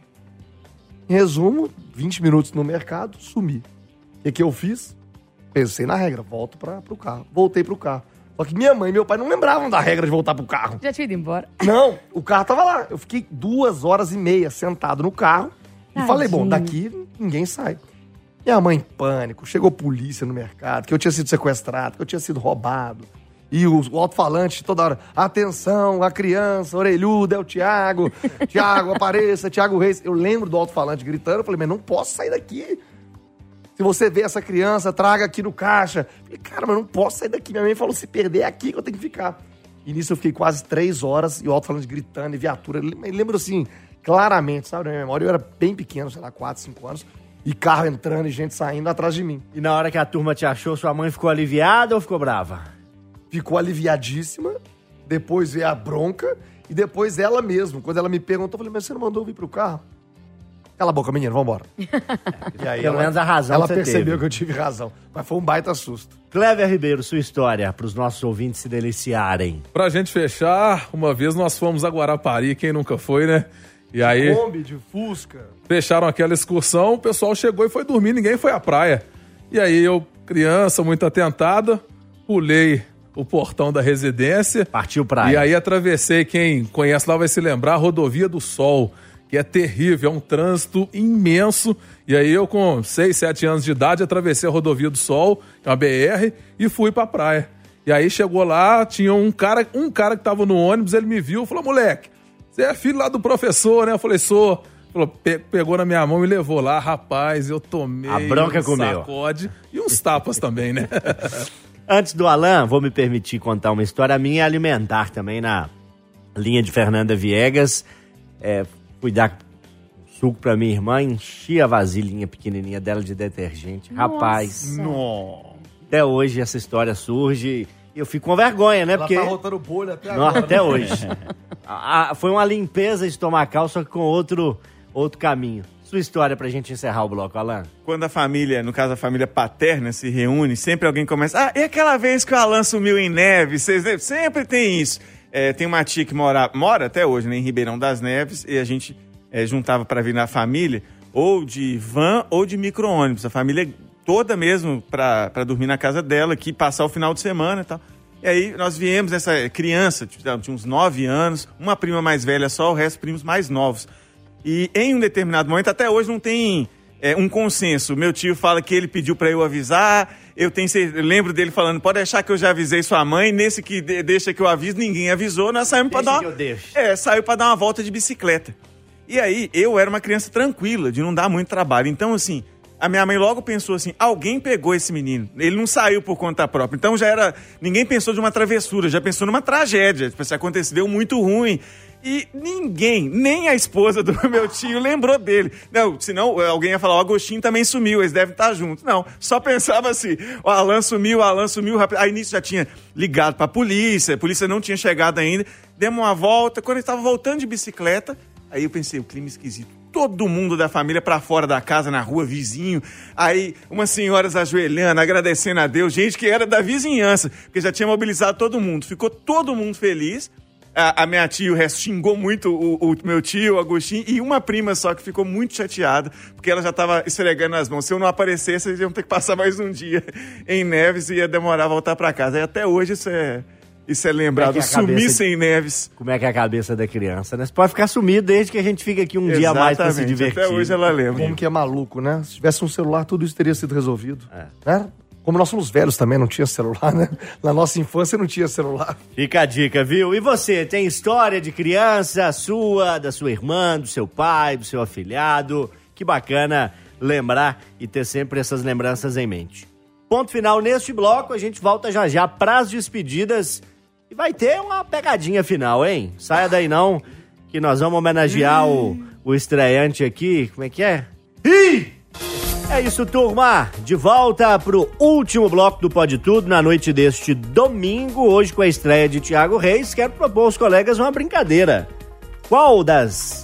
Em resumo, vinte minutos no mercado, sumi. O que, que eu fiz? Pensei na regra, volto pra, pro carro. Voltei pro carro. Só que minha mãe e meu pai não lembravam da regra de voltar pro carro.
Já tinha ido embora.
Não, o carro tava lá. Eu fiquei duas horas e meia sentado no carro e
Tadinho.
falei, bom, daqui ninguém sai. Minha mãe em pânico, chegou polícia no mercado, que eu tinha sido sequestrado, que eu tinha sido roubado. E o, o alto-falante toda hora, atenção, a criança, orelhuda, é o Thiago. Thiago, apareça, Thiago Reis. Eu lembro do alto-falante gritando, eu falei, mas não posso sair daqui. Se você vê essa criança, traga aqui no caixa. Eu falei, cara, mas eu não posso sair daqui. Minha mãe falou, se perder é aqui que eu tenho que ficar. E nisso eu fiquei quase três horas, e o alto-falante gritando, e viatura. Eu lembro assim, claramente, sabe, na minha memória, eu era bem pequeno, sei lá, quatro, cinco anos. E carro entrando e gente saindo atrás de mim.
E na hora que a turma te achou, sua mãe ficou aliviada ou ficou brava?
Ficou aliviadíssima, depois veio a bronca, e depois ela mesma. Quando ela me perguntou, eu falei, mas você não mandou eu vir pro carro? Cala a boca, menino, vambora. E aí
Pelo
ela,
menos a razão
ela
você
percebeu
teve.
que eu tive razão. Mas foi um baita susto.
Cléber Ribeiro, sua história, para os nossos ouvintes se deliciarem.
Pra gente fechar, uma vez nós fomos a Guarapari, quem nunca foi, né? E aí,
Kombi, de Fusca.
fecharam aquela excursão, o pessoal chegou e foi dormir, ninguém foi à praia. E aí eu, criança, muito atentada, pulei o portão da residência.
Partiu praia.
E aí atravessei, quem conhece lá vai se lembrar, a Rodovia do Sol, que é terrível, é um trânsito imenso. E aí eu, com seis, sete anos de idade, atravessei a Rodovia do Sol, que é uma B R, e fui pra praia. E aí chegou lá, tinha um cara, um cara que tava no ônibus, ele me viu, falou, moleque, você é filho lá do professor, né? Eu falei, sou. Falou, pe- pegou na minha mão e me levou lá. Rapaz, eu tomei
A bronca
um
comeu.
sacode e uns tapas também, né?
Antes do Alan, vou me permitir contar uma história minha alimentar também na linha de Fernanda Viegas. É, fui dar suco pra minha irmã, enchi a vasilhinha pequenininha dela de detergente.
Nossa.
Rapaz, no. Até hoje essa história surge e eu fico com vergonha, né?
Ela
Porque
tá rotando bolha até
Nossa,
agora.
até hoje. A- a- foi uma limpeza estomacal, só que com outro, outro caminho. Sua história pra gente encerrar o bloco, Alan.
Quando a família, no caso a família paterna, se reúne, sempre alguém começa... Ah, e aquela vez que o Alan sumiu em Neves? Vocês lembram? Sempre tem isso. É, tem uma tia que mora, mora até hoje, né, em Ribeirão das Neves, e a gente é, juntava pra vir na família, ou de van ou de micro-ônibus. A família toda mesmo pra, pra dormir na casa dela, aqui, passar o final de semana e tal. E aí nós viemos, essa criança, tinha uns nove anos, uma prima mais velha só, o resto primos mais novos. E em um determinado momento, até hoje não tem é, um consenso. Meu tio fala que ele pediu pra eu avisar, eu, tenho, eu lembro dele falando, pode deixar que eu já avisei sua mãe, nesse que de, deixa que eu aviso, ninguém avisou, nós saímos pra dar uma, é, saiu pra dar uma volta de bicicleta. E aí, eu era uma criança tranquila, de não dar muito trabalho. Então, assim, a minha mãe logo pensou assim, alguém pegou esse menino, ele não saiu por conta própria. Então já era, ninguém pensou de uma travessura, já pensou numa tragédia, tipo, se aconteceu, deu muito ruim. E ninguém, nem a esposa do meu tio lembrou dele. Não, senão alguém ia falar, o Agostinho também sumiu, eles devem estar juntos. Não, só pensava assim, o Alan sumiu, o Alan sumiu. Aí nisso já tinha ligado pra polícia, a polícia não tinha chegado ainda. Demos uma volta, quando ele estava voltando de bicicleta, aí eu pensei, o clima esquisito. Todo mundo da família pra fora da casa, na rua, vizinho. Aí, umas senhoras ajoelhando, agradecendo a Deus. Gente que era da vizinhança, porque já tinha mobilizado todo mundo. Ficou todo mundo feliz. A, a minha tia, o resto, xingou muito o, o meu tio, o Agostinho. E uma prima só que ficou muito chateada, porque ela já tava esfregando as mãos. Se eu não aparecesse, eles iam ter que passar mais um dia em Neves e ia demorar a voltar pra casa. E até hoje isso é... Isso é lembrado,
Como é que é a
sumir
cabeça
sem
de-
Neves.
Como é que é a cabeça da criança, né? Você pode ficar sumido desde que a gente fica aqui um dia a mais pra se
Exatamente,
divertir.
até hoje ela lembra.
Como que é maluco, né? Se tivesse um celular, tudo isso teria sido resolvido. Né? Como nós somos velhos também, não tinha celular, né? Na nossa infância não tinha celular.
Fica a dica, viu? E você, tem história de criança sua, da sua irmã, do seu pai, do seu afilhado? Que bacana lembrar e ter sempre essas lembranças em mente. Ponto final neste bloco, a gente volta já já pras despedidas e vai ter uma pegadinha final, hein? Saia daí não, que nós vamos homenagear o, o estreante aqui. Como é que é? Ih! É isso, turma. De volta pro último bloco do Pode Tudo na noite deste domingo, hoje com a estreia de Thiago Reis. Quero propor aos colegas uma brincadeira. Qual das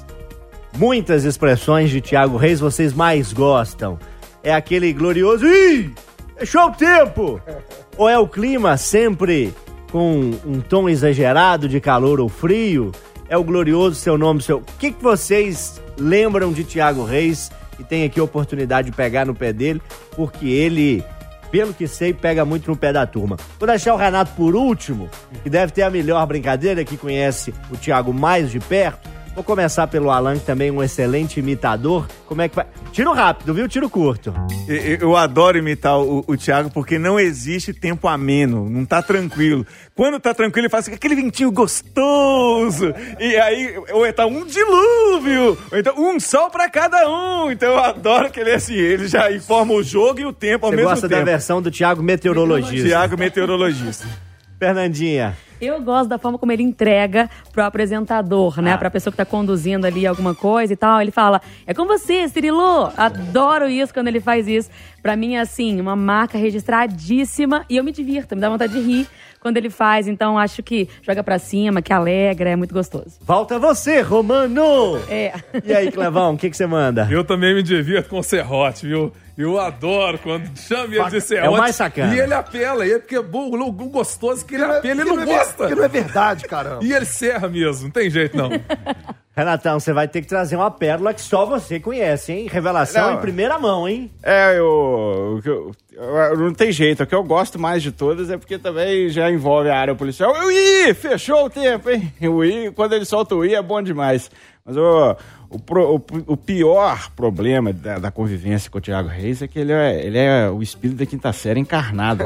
muitas expressões de Thiago Reis vocês mais gostam? É aquele glorioso "Ih, fechou o tempo"? Ou é o clima sempre com um tom exagerado de calor ou frio? É o glorioso seu nome, seu... O que, que vocês lembram de Thiago Reis? E tem aqui a oportunidade de pegar no pé dele, porque ele, pelo que sei, pega muito no pé da turma. Vou deixar o Renato por último, que deve ter a melhor brincadeira, que conhece o Thiago mais de perto. Vou começar pelo Alan, que também é um excelente imitador. Como é que vai? Tiro rápido, viu? Tiro curto.
Eu, eu adoro imitar o, o Thiago, porque não existe tempo ameno, não tá tranquilo. Quando tá tranquilo, ele faz assim, aquele ventinho gostoso. E aí, ou tá um dilúvio, ou então um sol pra cada um. Então eu adoro que ele é assim, ele já informa o jogo e o tempo ao
Você
mesmo
gosta
tempo.
da versão do Thiago meteorologista.
Thiago meteorologista.
Fernandinha.
Eu gosto da forma como ele entrega pro apresentador, né?
Ah.
Pra pessoa que tá conduzindo ali alguma coisa e tal. Ele fala, é com você, Cirilo. Adoro isso quando ele faz isso. Pra mim, é assim, uma marca registradíssima. E eu me divirto, me dá vontade de rir quando ele faz. Então, acho que joga pra cima, que alegra, é muito gostoso.
Volta você, Romano!
É.
E aí, Clevão, o que que você manda?
Eu também me divirto com o Serrote, viu? Eu adoro quando chama ele de Serrote.
É o mais sacana.
E ele apela, e é porque o, o gostoso que ele apela, ele não
é,
gosta.
Porque não é verdade, caramba.
E ele serra mesmo, não tem jeito não.
Renatão, você vai ter que trazer uma pérola que só você conhece, hein? Revelação
Não.
em primeira mão, hein?
É, eu, eu, eu, eu- Não tem jeito. O que eu gosto mais de todas é porque também já envolve a área policial. Eu ih, fechou o tempo, hein? O I, quando ele solta o I, é bom demais. Mas o, o, pro- o, o pior problema da, da convivência com o Thiago Reis é que ele é, ele é o espírito da quinta série encarnado.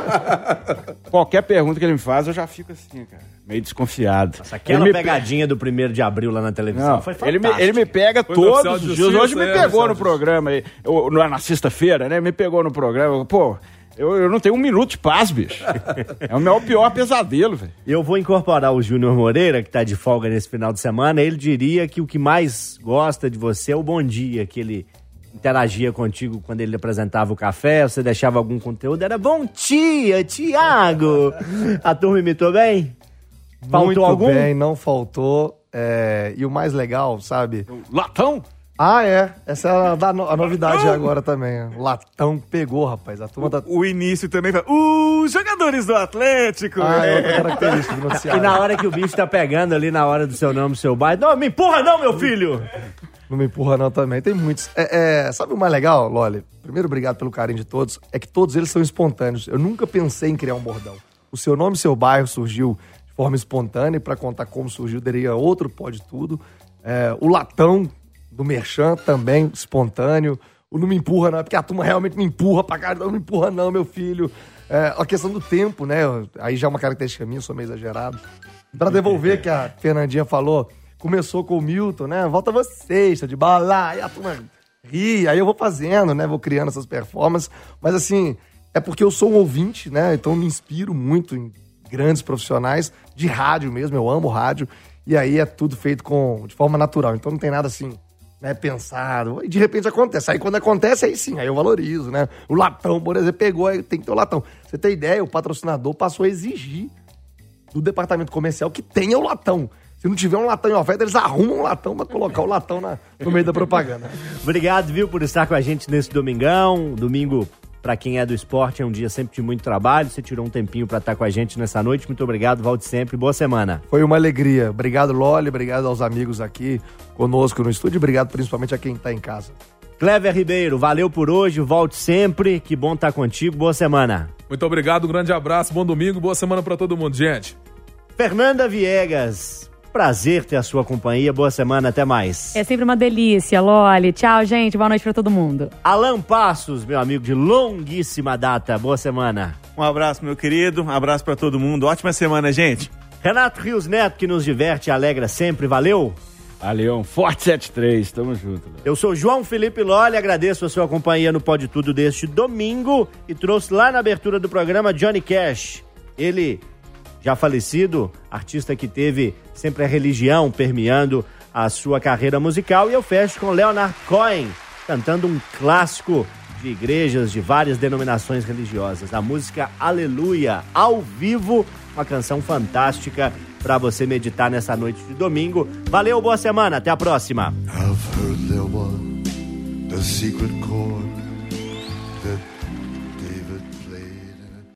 Qualquer pergunta que ele me faz, eu já fico assim, cara, meio desconfiado.
Nossa, aquela
Ele me
pegadinha do primeiro de abril lá na televisão
Não,
foi
ele,
fantástica.
me, ele me pega
Foi no oficial
todos
de
os dias.
justiça,
Hoje me
é,
pegou
oficial
no
de
programa, aí, eu, na, na sexta-feira, né? Me pegou no programa. Pô, eu, eu não tenho um minuto de paz, bicho. É o meu pior pesadelo, velho.
Eu vou incorporar o Júnior Moreira, que tá de folga nesse final de semana. Ele diria que o que mais gosta de você é o bom dia, que ele interagia contigo quando ele apresentava o café, você deixava algum conteúdo, era bom dia, Tiago. A turma imitou bem? Faltou
Muito
algum?
bem, não faltou. É, e o mais legal, sabe?
Latão?
Ah, é. Essa é a, da no- a novidade agora também. O Latão pegou, rapaz. A turma tá...
O início também vai. Os jogadores do Atlético.
Ah, é outra característica do
E
noticiário.
na hora que o bicho tá pegando ali, na hora do seu nome, do seu bairro, não, me empurra não, meu filho!
Não me empurra não também. Tem muitos. É, é, sabe o mais legal, Loli? Primeiro, obrigado pelo carinho de todos. É que todos eles são espontâneos. Eu nunca pensei em criar um bordão. O seu nome e seu bairro surgiu de forma espontânea. E pra contar como surgiu, teria outro Pode Tudo. É, o Latão do Merchan também, espontâneo. O Não Me Empurra não, é porque a turma realmente me empurra pra cá. Não me empurra não, meu filho. É, a questão do tempo, né? Aí já é uma característica minha, eu sou meio exagerado. Pra devolver que a Fernandinha falou... Começou com o Milton, né? Volta você, está de bola. Aí a turma ri, aí eu vou fazendo, né? Vou criando essas performances. Mas assim, é porque eu sou um ouvinte, né? Então me inspiro muito em grandes profissionais de rádio mesmo. Eu amo rádio. E aí é tudo feito com, de forma natural. Então não tem nada assim, né? Pensado. E de repente acontece. Aí quando acontece, aí sim, aí eu valorizo, né? O Latão, por exemplo, pegou, aí tem que ter o Latão. Você tem ideia? O patrocinador passou a exigir do departamento comercial que tenha o Latão. Se não tiver um latão em oferta, eles arrumam um latão pra colocar o latão na, no meio da propaganda.
Obrigado, viu, por estar com a gente nesse domingão. Domingo, pra quem é do esporte, é um dia sempre de muito trabalho. Você tirou um tempinho pra estar com a gente nessa noite. Muito obrigado, volte sempre. Boa semana.
Foi uma alegria. Obrigado, Loli. Obrigado aos amigos aqui conosco no estúdio. Obrigado principalmente a quem tá em casa.
Clever Ribeiro, valeu por hoje. Volte sempre. Que bom estar contigo. Boa semana.
Muito obrigado, um grande abraço, bom domingo, boa semana pra todo mundo, gente.
Fernanda Viegas. Prazer ter a sua companhia. Boa semana, até mais.
É sempre uma delícia, Loli. Tchau, gente. Boa noite pra todo mundo.
Alan Passos, meu amigo de longuíssima data. Boa semana.
Um abraço, meu querido. Um abraço pra todo mundo. Ótima semana, gente.
Renato Rios Neto, que nos diverte e alegra sempre. Valeu.
Valeu, um forte sete três. Tamo junto. Velho.
Eu sou João Felipe Lolli, agradeço a sua companhia no Pode Tudo deste domingo e trouxe lá na abertura do programa Johnny Cash. Ele, já falecido, artista que teve sempre a religião permeando a sua carreira musical. E eu fecho com Leonard Cohen, cantando um clássico de igrejas de várias denominações religiosas. A música Aleluia, ao vivo, uma canção fantástica para você meditar nessa noite de domingo. Valeu, boa semana, até a próxima.
I've heard there was a secret chord